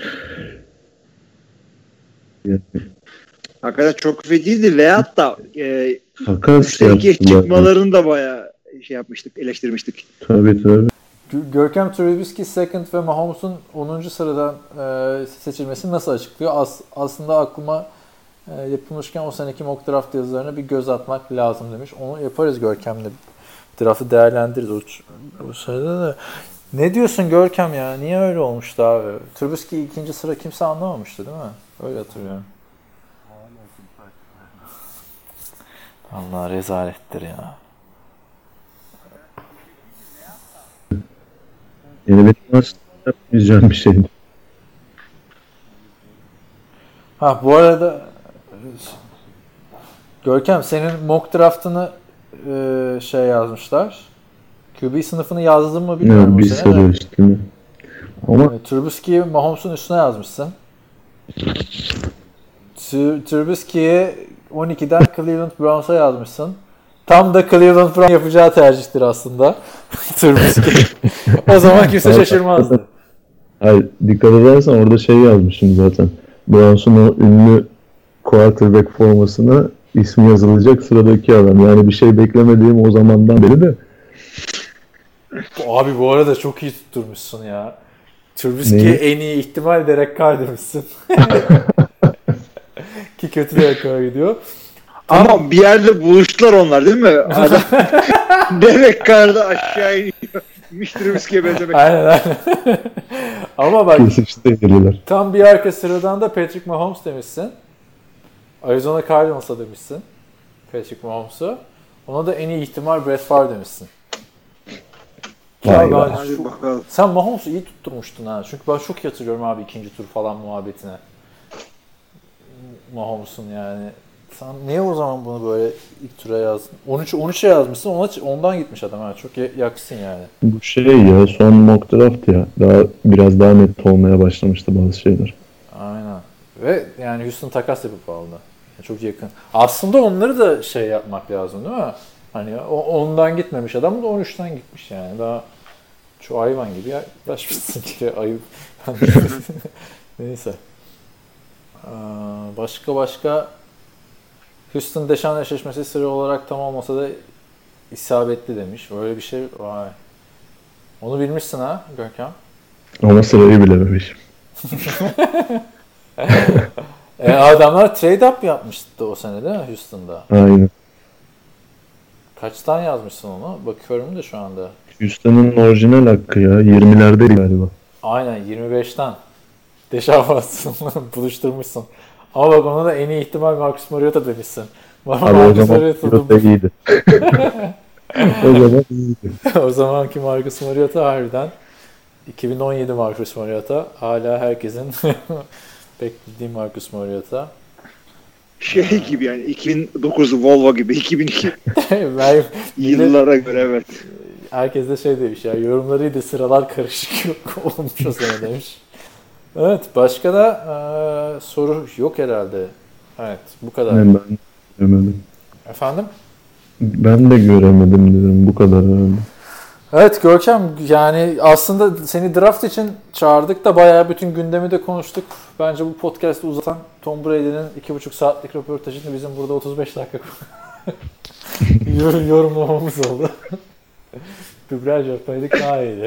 Yani,
Hakikaten çok feciydi. Veyahut da e,
Fakat
üçte ikiye çıkmalarını da bayağı şey yapmıştık, eleştirmiştik.
Tabii tabii.
Görkem Trubisky second ve Mahomes'un onuncu sıradan e, seçilmesini nasıl açıklıyor? As, aslında aklıma e, yapılmışken o seneki mock draft yazılarına bir göz atmak lazım demiş. Onu yaparız Görkem'le. Draft'ı değerlendiririz o, o sırada da. Ne diyorsun Görkem ya? Niye öyle olmuştu abi? Trubisky ikinci sıra kimse anlamamıştı değil mi? Öyle hatırlıyorum. Allah rezalettir ya.
Yani benim aslında yapmayacağım bir şeydi.
Ha bu arada Görkem senin mock draft'ını e, şey yazmışlar. Q B sınıfını yazdın mı bilmiyorum
Ya,
bu
bir
sene
soru
de.
üstüne. Ama
E, Trubisky'yi Mahomes'un üstüne yazmışsın. Trubisky'yi on ikiden Cleveland Browns'a yazmışsın. Tam da Cleveland Browns yapacağı tercihtir aslında. Trubisky. O zaman kimse şaşırmazdı.
hayır, dikkat edersen orada şey yazmışım zaten. Browns'un o ünlü quarterback formasına ismi yazılacak sıradaki adam. Yani bir şey beklemediğim o zamandan beri de.
Abi bu arada çok iyi tutturmuşsun ya. Trubisky'ye en iyi ihtimal Derek Carr demişsin. Ki kötü Derek Carr'a gidiyor.
Ama Tam... bir yerde buluştular onlar değil mi? Adam Derek Carr'da aşağı iniyor. Trubisky'ye benzemek.
Aynen aynen. Ama bak tam bir arka sıradan da Patrick Mahomes demişsin. Arizona Cardinals'a demişsin. Patrick Mahomes'u. Ona da en iyi ihtimal Brett Favre demişsin. Ya ben şu, sen Mahomes'u iyi tutturmuştun ha. Çünkü ben çok iyi hatırlıyorum abi ikinci tur falan muhabbetine. Mahomes'un yani. Sen niye o zaman bunu böyle ilk tura yazdın? on üç on üçe yazmışsın. Ona, ondan gitmiş adam ha. Çok yaksın yani.
Bu şey ya son mock draft ya. Daha biraz daha net olmaya başlamıştı bazı şeyler.
Aynen. Ve yani Houston takas yapıp aldı. Yani çok yakın. Aslında onları da şey yapmak lazım değil mi? Hani ondan gitmemiş adam da on üçten gitmiş yani. Daha şu hayvan gibi yaklaşmışsın işte ayıp. Neyse. Başka başka Houston Deshaun eşleşmesi süre olarak tam olmasa da isabetli demiş. Öyle bir şey vay. Onu bilmişsin ha Görkem.
Ama sırayı bilememişim.
e, adamlar trade up yapmıştı o sene değil mi Houston'da?
Aynen.
Kaçtan yazmışsın onu? Bakıyorum da şu anda.
Houston'ın orijinal hakkı ya. yirmilerdeydi galiba.
Aynen yirmi beşten. Deşarvasın. Buluşturmuşsun. Ama bak ona da en iyi ihtimal Marcus Mariota demişsin.
Abi o zaman Mariota iyiydi. o zaman iyiydi.
O zamanki Marcus Mariota harbiden iki bin on yedi Marcus Mariota. Hala herkesin beklediği Marcus Mariota.
Şey gibi yani iki bin dokuz Volvo gibi iki bin iki
ben,
yıllara göre evet.
Herkes de şey demiş ya, yorumlarıydı, sıralar karışık olmuş o zaman demiş. Evet, başka da e, soru yok herhalde. Evet, bu kadar.
Ben, ben göremedim.
Efendim?
Ben de göremedim diyorum, bu kadar herhalde.
Evet Görkem, yani aslında seni draft için çağırdık da bayağı bütün gündemi de konuştuk. Bence bu podcast'ı uzatan Tom Brady'nin iki buçuk saatlik röportajını bizim burada otuz beş dakika yorumlamamız oldu. Gübrel yapaydık daha iyiydi.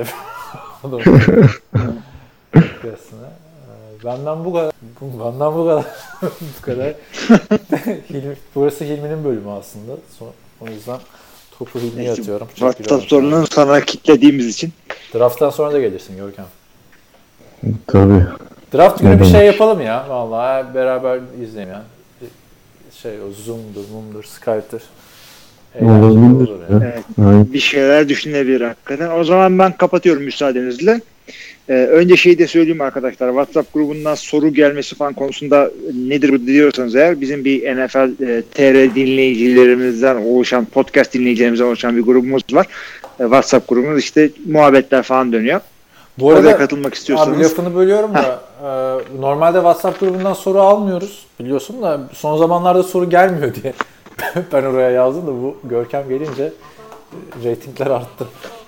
Benden bu kadar. Benden bu kadar. bu kadar. Hilmi, burası Hilmi'nin bölümü aslında. O yüzden topu Hilmi'ye atıyorum.
WhatsApp sorunun sana kilitlediğimiz için.
Draft'tan sonra da gelirsin Görkem.
Tabii.
Draft günü bir şey yapalım ya. Vallahi beraber izleyelim ya. Şey o Zoom'dur, Moom'dur, Skype'dır.
Olabilir.
Yani. Evet, bir şeyler düşünebilir hakikaten. O zaman ben kapatıyorum müsaadenizle. Ee, önce şeyi de söyleyeyim arkadaşlar. WhatsApp grubundan soru gelmesi falan konusunda nedir bu diyorsanız eğer bizim bir N F L e, T R dinleyicilerimizden oluşan, podcast dinleyicilerimizden oluşan bir grubumuz var. E, WhatsApp grubumuz işte muhabbetler falan dönüyor.
Bu arada
orada katılmak istiyorsanız.
Abi lafını bölüyorum da e, normalde WhatsApp grubundan soru almıyoruz biliyorsun da son zamanlarda soru gelmiyor diye ben oraya yazdım da bu Görkem gelince reytingler arttı.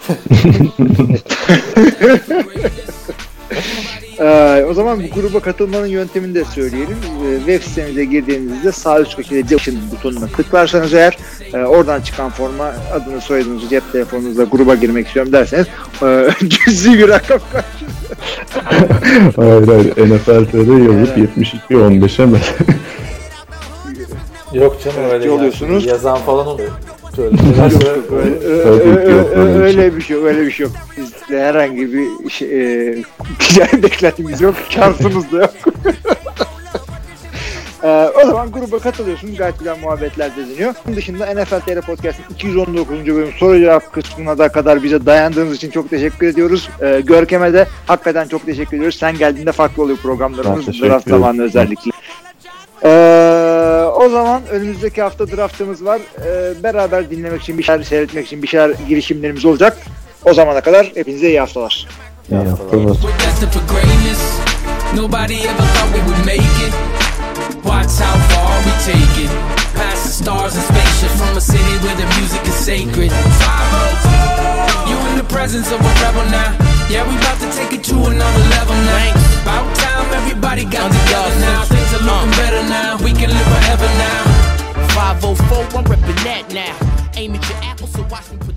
ee, o zaman bu gruba katılmanın yöntemini de söyleyelim. Ee, web sitemize girdiğinizde sağ üst köşede Join butonuna tıklarsanız eğer e, oradan çıkan forma adını soyadınızı cep telefonunuzla gruba girmek istiyorum derseniz e, cüzi bir rakam karşınızda.
hayır hayır N F L T R yazıp yetmiş iki on beşe mi?
Yok canım öyle
evet, oluyorsunuz.
Yazan falan oluyor.
Öyle bir şey yok, öyle bir şey yok. Bizde herhangi bir şey, e, güzel beklentimiz yok, şansımız da yok. e, o zaman gruba katılıyorsunuz, gayet güzel muhabbetler de dönüyor. Bunun dışında N F L T R Podcast'ın iki yüz on dokuzuncu bölüm soru cevap kısmına da kadar bize dayandığınız için çok teşekkür ediyoruz. E, Görkem'e de hakikaten çok teşekkür ediyoruz. Sen geldiğinde farklı oluyor programlarımız, draft zamanı özellikle. Ee, o zaman önümüzdeki hafta draftımız var. Ee, beraber dinlemek için bir şeyler seyretmek için bir şeyler girişimlerimiz olacak. O zamana kadar hepinize iyi haftalar.
İyi haftalar.
Yeah, we about to take it to another level now. About time everybody got together now. Things are looking better now. We can live forever now. five oh four, I'm reppin' that now. Aim at your apple, so watch me.